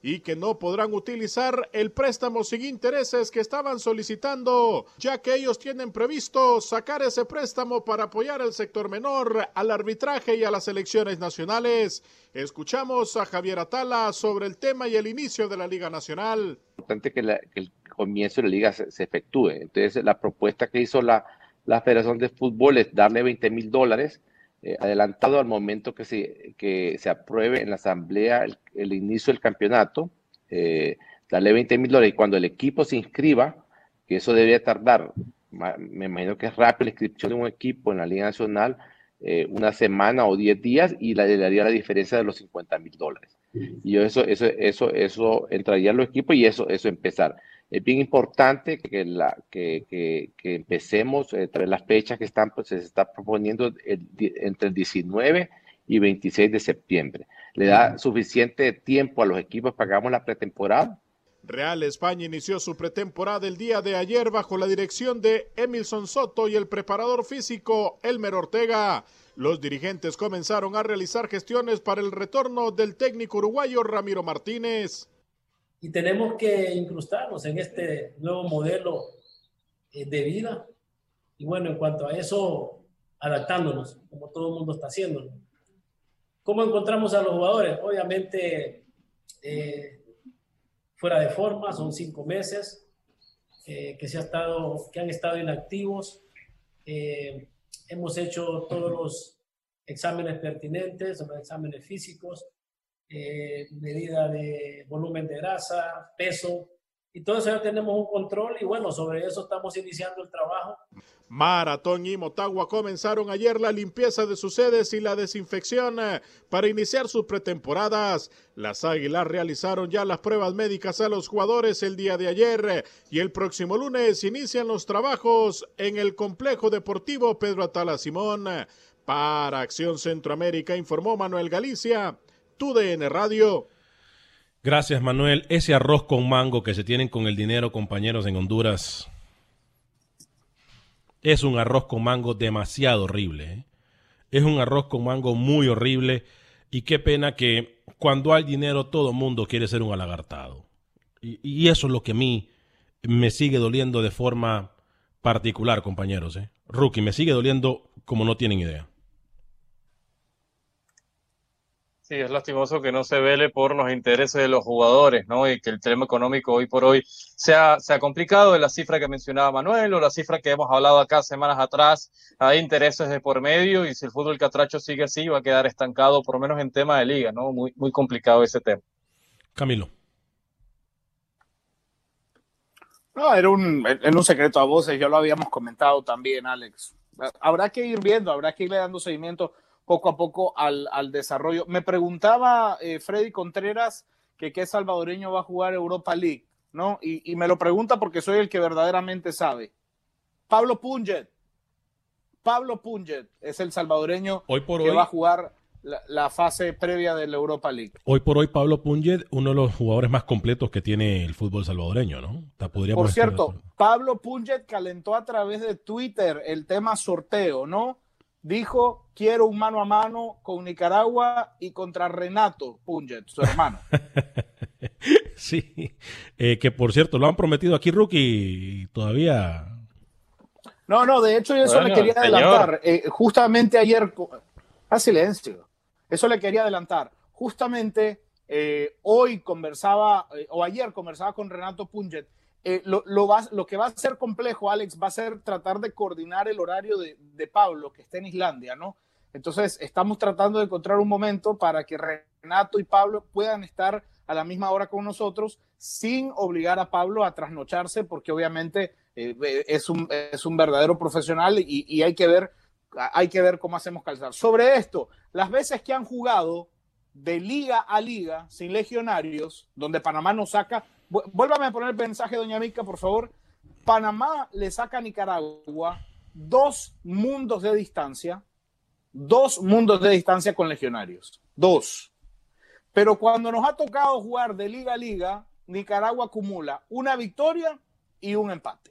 y que no podrán utilizar el préstamo sin intereses que estaban solicitando, ya que ellos tienen previsto sacar ese préstamo para apoyar al sector menor, al arbitraje y a las selecciones nacionales. Escuchamos a Javier Atala sobre el tema y el inicio de la Liga Nacional. Es importante que el comienzo de la liga se efectúe. Entonces, la propuesta que hizo la Federación de Fútbol es darle $20,000 adelantado al momento que se apruebe en la asamblea el inicio del campeonato, darle $20,000 y cuando el equipo se inscriba, que eso debería tardar, me imagino que es rápido la inscripción de un equipo en la Liga Nacional, una semana o 10 días y le daría la diferencia de los $50,000. Y eso entraría en los equipos y eso empezar. Es bien importante que empecemos entre las fechas que se está proponiendo entre el 19 y 26 de septiembre. ¿Le da suficiente tiempo a los equipos para que hagamos la pretemporada? Real España inició su pretemporada el día de ayer bajo la dirección de Emilson Soto y el preparador físico Elmer Ortega. Los dirigentes comenzaron a realizar gestiones para el retorno del técnico uruguayo Ramiro Martínez. Y tenemos que incrustarnos en este nuevo modelo de vida. Y bueno, en cuanto a eso, adaptándonos, como todo el mundo está haciendo. ¿Cómo encontramos a los jugadores? Obviamente, fuera de forma, son 5 meses que han estado inactivos. Hemos hecho todos los exámenes pertinentes, los exámenes físicos, medida de volumen de grasa, peso, y todo eso ya tenemos un control y bueno, sobre eso estamos iniciando el trabajo. Maratón y Motagua comenzaron ayer la limpieza de sus sedes y la desinfección para iniciar sus pretemporadas. Las Águilas realizaron ya las pruebas médicas a los jugadores el día de ayer y el próximo lunes inician los trabajos en el complejo deportivo Pedro Atala Simón. Para Acción Centroamérica informó Manuel Galicia, TUDN Radio. Gracias, Manuel. Ese arroz con mango que se tienen con el dinero, compañeros, en Honduras, es un arroz con mango demasiado horrible, ¿eh? Es un arroz con mango muy horrible y qué pena que cuando hay dinero todo el mundo quiere ser un alagartado. Y eso es lo que a mí me sigue doliendo de forma particular, compañeros, ¿eh? Rookie, me sigue doliendo como no tienen idea. Sí, es lastimoso que no se vele por los intereses de los jugadores, ¿no? Y que el tema económico hoy por hoy sea complicado. De la cifra que mencionaba Manuel o la cifra que hemos hablado acá semanas atrás, hay intereses de por medio y si el fútbol catracho sigue así va a quedar estancado, por lo menos en tema de liga, ¿no? Muy, muy complicado ese tema. Camilo. No, era un secreto a voces, ya lo habíamos comentado también, Alex. Habrá que ir viendo, habrá que irle dando seguimiento poco a poco al desarrollo. Me preguntaba Freddy Contreras que qué salvadoreño va a jugar Europa League, ¿no? Y me lo pregunta porque soy el que verdaderamente sabe. Pablo Punget es el salvadoreño que va a jugar la fase previa de la Europa League. Hoy por hoy, Pablo Punget, uno de los jugadores más completos que tiene el fútbol salvadoreño, ¿no? Por cierto, Pablo Punget calentó a través de Twitter el tema sorteo, ¿no? Dijo, quiero un mano a mano con Nicaragua y contra Renato Punget, su hermano. Sí, que por cierto, lo han prometido aquí, Rookie, y todavía... No, de hecho eso le quería adelantar. Justamente ayer... silencio. Eso le quería adelantar. Justamente ayer conversaba con Renato Punget. Lo que va a ser complejo, Alex, va a ser tratar de coordinar el horario de Pablo, que está en Islandia, ¿no? Entonces, estamos tratando de encontrar un momento para que Renato y Pablo puedan estar a la misma hora con nosotros, sin obligar a Pablo a trasnocharse, porque obviamente es un verdadero profesional y hay que ver cómo hacemos calzar. Sobre esto, las veces que han jugado de liga a liga, sin legionarios, donde Panamá nos saca... Vuélvame a poner el mensaje, doña Mica, por favor. Panamá le saca a Nicaragua 2 mundos de distancia con legionarios. 2. Pero cuando nos ha tocado jugar de liga a liga, Nicaragua acumula una victoria y un empate.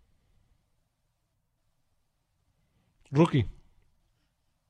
Rookie.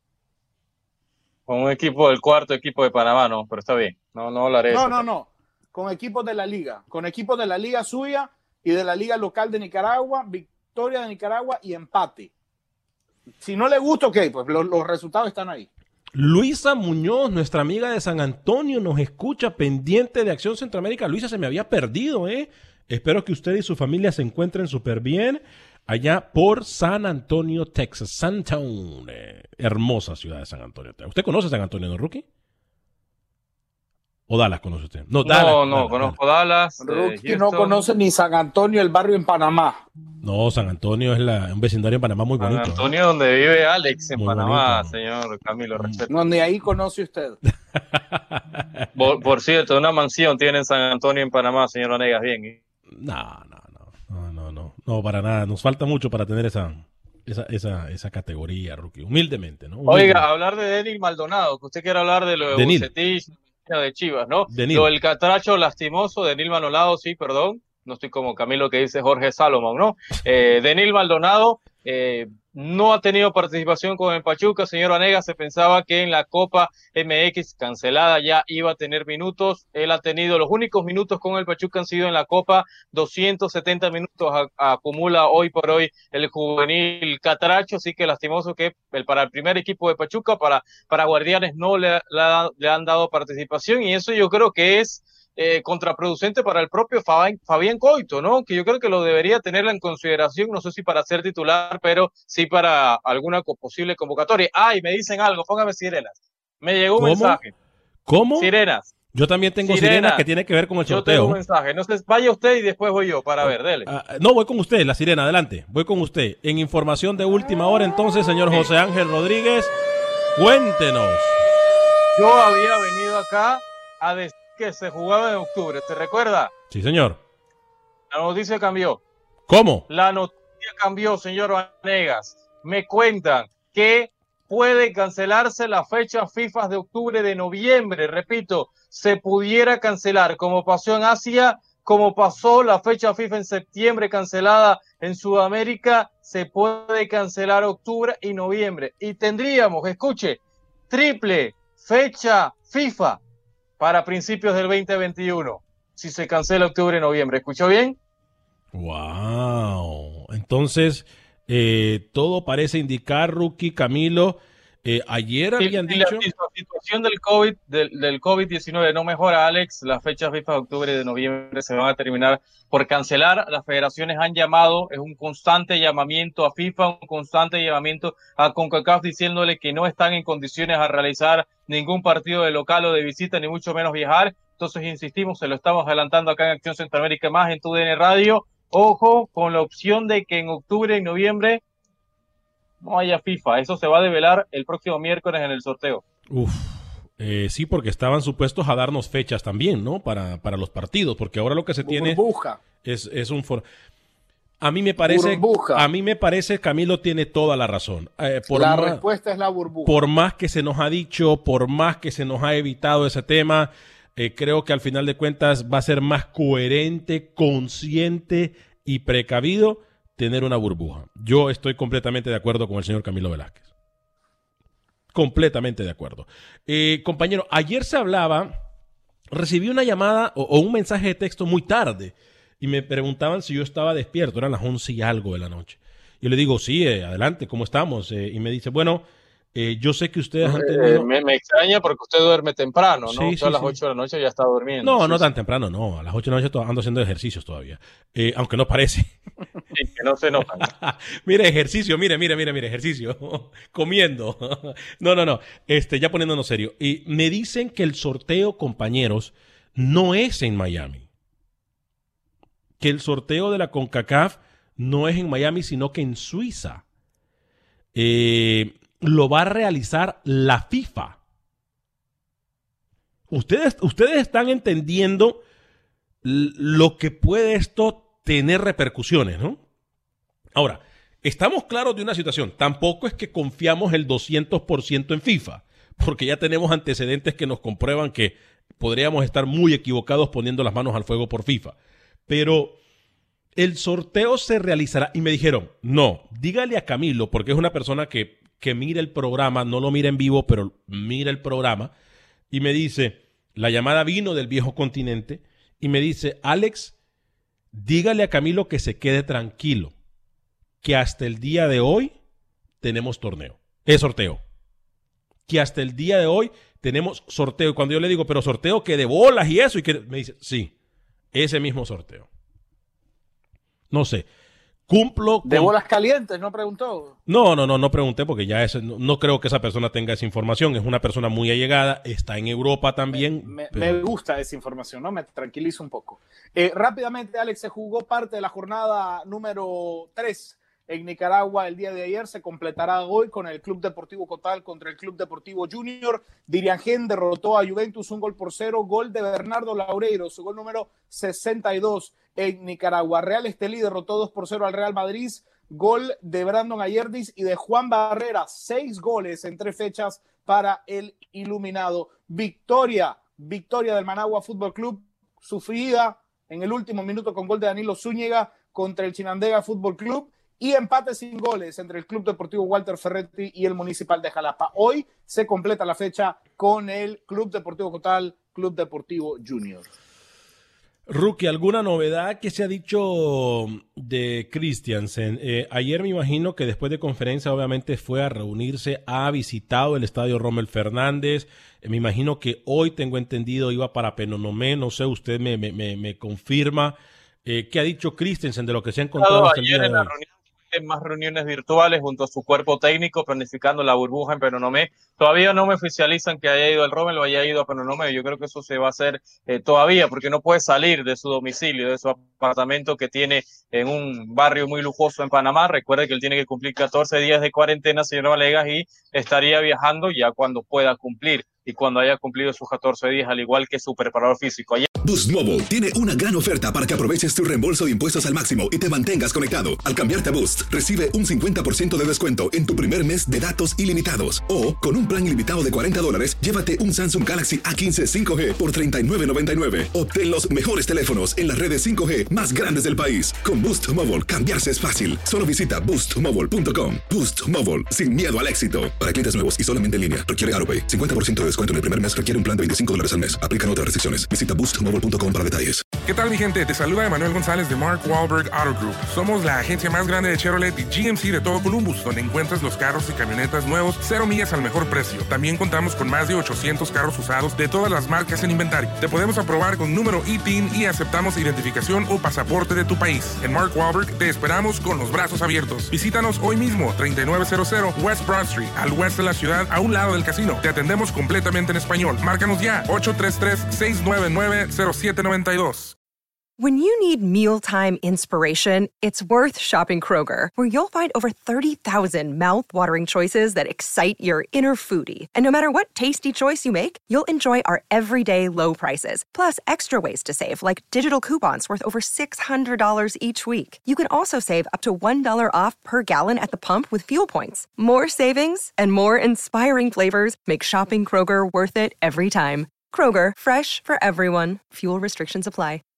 Con un equipo del cuarto equipo de Panamá, no, pero está bien. No hablaré. No. con equipos de la liga suya y de la liga local de Nicaragua, victoria de Nicaragua y empate. Si no le gusta, ok, pues los resultados están ahí. Luisa Muñoz, nuestra amiga de San Antonio, nos escucha pendiente de Acción Centroamérica. Luisa, se me había perdido, ¿eh? Espero que usted y su familia se encuentren súper bien allá por San Antonio, Texas. Sandtown, hermosa ciudad de San Antonio. ¿Usted conoce San Antonio, no, Rookie? ¿O Dallas conoce usted? No, conozco Dallas. Rookie no conoce ni San Antonio, el barrio en Panamá. No, San Antonio es un vecindario en Panamá muy bonito. San Antonio, donde vive Alex, en muy Panamá, bonito. Señor Camilo. No, ni ahí conoce usted. Por cierto, una mansión tiene en San Antonio, en Panamá, señor Vanegas, bien. No, para nada. Nos falta mucho para tener esa categoría, Rookie. Humildemente, ¿no? Oiga, hablar de Denil Maldonado, que usted quiere hablar de lo de Bucetich, de Chivas, ¿no? Lo del catracho lastimoso, Denil Maldonado, sí, perdón. No estoy como Camilo que dice Jorge Salomón, ¿no? Denil Maldonado no ha tenido participación con el Pachuca, señor Vanegas. Se pensaba que en la Copa MX cancelada ya iba a tener minutos. Él ha tenido los únicos minutos con el Pachuca han sido en la Copa, 270 minutos acumula hoy por hoy el juvenil catracho, así que lastimoso que para el primer equipo de Pachuca, para Guardianes no le han dado participación, y eso yo creo que es contraproducente para el propio Fabián Coito, ¿no? Que yo creo que lo debería tenerla en consideración, no sé si para ser titular, pero sí para alguna posible convocatoria. Y me dicen algo, póngame sirenas. Me llegó un mensaje. ¿Cómo? Sirenas. Yo también tengo sirenas que tiene que ver con el sorteo. Yo tengo un mensaje. No sé, vaya usted y después voy yo para ver, dele. No, voy con usted, la sirena, adelante. Voy con usted. En información de última hora, entonces, señor José Ángel Rodríguez, cuéntenos. Yo había venido acá a decir que se jugaba en octubre, ¿te recuerda? Sí, señor. La noticia cambió. ¿Cómo? La noticia cambió, señor Vanegas. Me cuentan que puede cancelarse la fecha FIFA de octubre, de noviembre. Repito, se pudiera cancelar, como pasó en Asia, como pasó la fecha FIFA en septiembre cancelada en Sudamérica, se puede cancelar octubre y noviembre. Y tendríamos, escuche, triple fecha FIFA para principios del 2021, si se cancela octubre y noviembre. ¿Escuchó bien? Wow. Entonces, todo parece indicar, Rookie, Camilo, ayer habían dicho... Si la situación del COVID-19 no mejora, Alex, las fechas FIFA de octubre y de noviembre se van a terminar por cancelar. Las federaciones han llamado, es un constante llamamiento a FIFA, un constante llamamiento a CONCACAF diciéndole que no están en condiciones a realizar ningún partido de local o de visita, ni mucho menos viajar. Entonces, insistimos, se lo estamos adelantando acá en Acción Centroamérica Más, en TUDN Radio. Ojo con la opción de que en octubre y noviembre no haya FIFA. Eso se va a develar el próximo miércoles en el sorteo. Sí, porque estaban supuestos a darnos fechas también, ¿no? Para los partidos, porque ahora lo que se tiene es un... A mí me parece, Camilo tiene toda la razón. Respuesta es la burbuja. Por más que se nos ha dicho, por más que se nos ha evitado ese tema, creo que al final de cuentas va a ser más coherente, consciente y precavido tener una burbuja. Yo estoy completamente de acuerdo con el señor Camilo Velázquez. Completamente de acuerdo. Compañero, ayer se hablaba, recibí una llamada o un mensaje de texto muy tarde y me preguntaban si yo estaba despierto, eran las 11 y algo de la noche. Yo le digo, sí, adelante, ¿cómo estamos? Y me dice, bueno, yo sé que ustedes han tenido... Me extraña porque usted duerme temprano, ¿no? Sí, a las 8 de la noche ya está durmiendo. No, no tan temprano, no. A las 8 de la noche ando haciendo ejercicios todavía. Aunque no parece. Sí, que no se nota. Mire, ejercicio, mire, ejercicio. Comiendo. No. Ya poniéndonos serio. Y me dicen que el sorteo, compañeros, no es en Miami. Que el sorteo de la CONCACAF no es en Miami, sino que en Suiza. Lo va a realizar la FIFA. Ustedes están entendiendo lo que puede esto tener repercusiones, ¿no? Ahora, estamos claros de una situación. Tampoco es que confiamos el 200% en FIFA, porque ya tenemos antecedentes que nos comprueban que podríamos estar muy equivocados poniendo las manos al fuego por FIFA. Pero el sorteo se realizará. Y me dijeron, no, dígale a Camilo, porque es una persona que mira el programa, no lo mira en vivo, pero mira el programa, y me dice, la llamada vino del viejo continente, y me dice, Alex, dígale a Camilo que se quede tranquilo, que hasta el día de hoy tenemos sorteo. Que hasta el día de hoy tenemos sorteo. Y cuando yo le digo, pero sorteo que de bolas y eso, y que me dice, sí, ese mismo sorteo. No sé. Cumplo con... ¿De bolas calientes? ¿No preguntó? No pregunté porque ya no creo que esa persona tenga esa información. Es una persona muy allegada, está en Europa también. Me gusta esa información, ¿no? Me tranquiliza un poco. Rápidamente, Alex, se jugó parte de la jornada número 3 en Nicaragua el día de ayer. Se completará hoy con el Club Deportivo Cotal contra el Club Deportivo Junior. Diriangén derrotó a Juventus 1-0, gol de Bernardo Laureiro, su gol número 62 en Nicaragua. Real Estelí derrotó 2-0 al Real Madrid, gol de Brandon Ayerdis y de Juan Barrera, 6 goles en 3 fechas para el iluminado. Victoria del Managua Fútbol Club, sufrida en el último minuto con gol de Danilo Zúñiga contra el Chinandega Fútbol Club, y empate sin goles entre el Club Deportivo Walter Ferretti y el Municipal de Jalapa. Hoy se completa la fecha con el Club Deportivo Cotal, Club Deportivo Junior. Rookie, ¿alguna novedad que se ha dicho de Christiansen? Ayer me imagino que después de conferencia obviamente fue a reunirse, ha visitado el estadio Rommel Fernández. Me imagino que hoy, tengo entendido, iba para Penonomé. No sé, usted me confirma. ¿Qué ha dicho Christiansen de lo que se ha encontrado hasta el día de hoy? Más reuniones virtuales junto a su cuerpo técnico planificando la burbuja en Penonomé. Todavía no me oficializan que haya ido al Rommel o haya ido a Penonomé. Yo creo que eso se va a hacer todavía, porque no puede salir de su domicilio, de su apartamento que tiene en un barrio muy lujoso en Panamá. Recuerde que él tiene que cumplir 14 días de cuarentena, señor Valegas, y estaría viajando ya cuando pueda cumplir y cuando haya cumplido sus 14 días, al igual que su preparador físico. Boost Mobile tiene una gran oferta para que aproveches tu reembolso de impuestos al máximo y te mantengas conectado. Al cambiarte a Boost, recibe un 50% de descuento en tu primer mes de datos ilimitados. O, con un plan ilimitado de $40, llévate un Samsung Galaxy A15 5G por $39.99. Obtén los mejores teléfonos en las redes 5G más grandes del país. Con Boost Mobile, cambiarse es fácil. Solo visita boostmobile.com. Boost Mobile, sin miedo al éxito. Para clientes nuevos y solamente en línea, requiere AutoPay. 50% de descuento en el primer mes, requiere un plan de $25 al mes. Aplican otras restricciones. Visita boostmobile.com para detalles. ¿Qué tal, mi gente? Te saluda Emanuel González de Mark Wahlberg Auto Group. Somos la agencia más grande de Chevrolet y GMC de todo Columbus, donde encuentras los carros y camionetas nuevos, 0 millas al mejor precio. También contamos con más de 800 carros usados de todas las marcas en inventario. Te podemos aprobar con número ITIN y aceptamos identificación o pasaporte de tu país. En Mark Wahlberg te esperamos con los brazos abiertos. Visítanos hoy mismo, 3900 West Broad Street, al oeste de la ciudad, a un lado del casino. Te atendemos completamente en español. Márcanos ya, 833-699-0792. When you need mealtime inspiration, it's worth shopping Kroger, where you'll find over 30,000 mouth-watering choices that excite your inner foodie. And no matter what tasty choice you make, you'll enjoy our everyday low prices, plus extra ways to save, like digital coupons worth over $600 each week. You can also save up to $1 off per gallon at the pump with fuel points. More savings and more inspiring flavors make shopping Kroger worth it every time. Kroger, fresh for everyone. Fuel restrictions apply.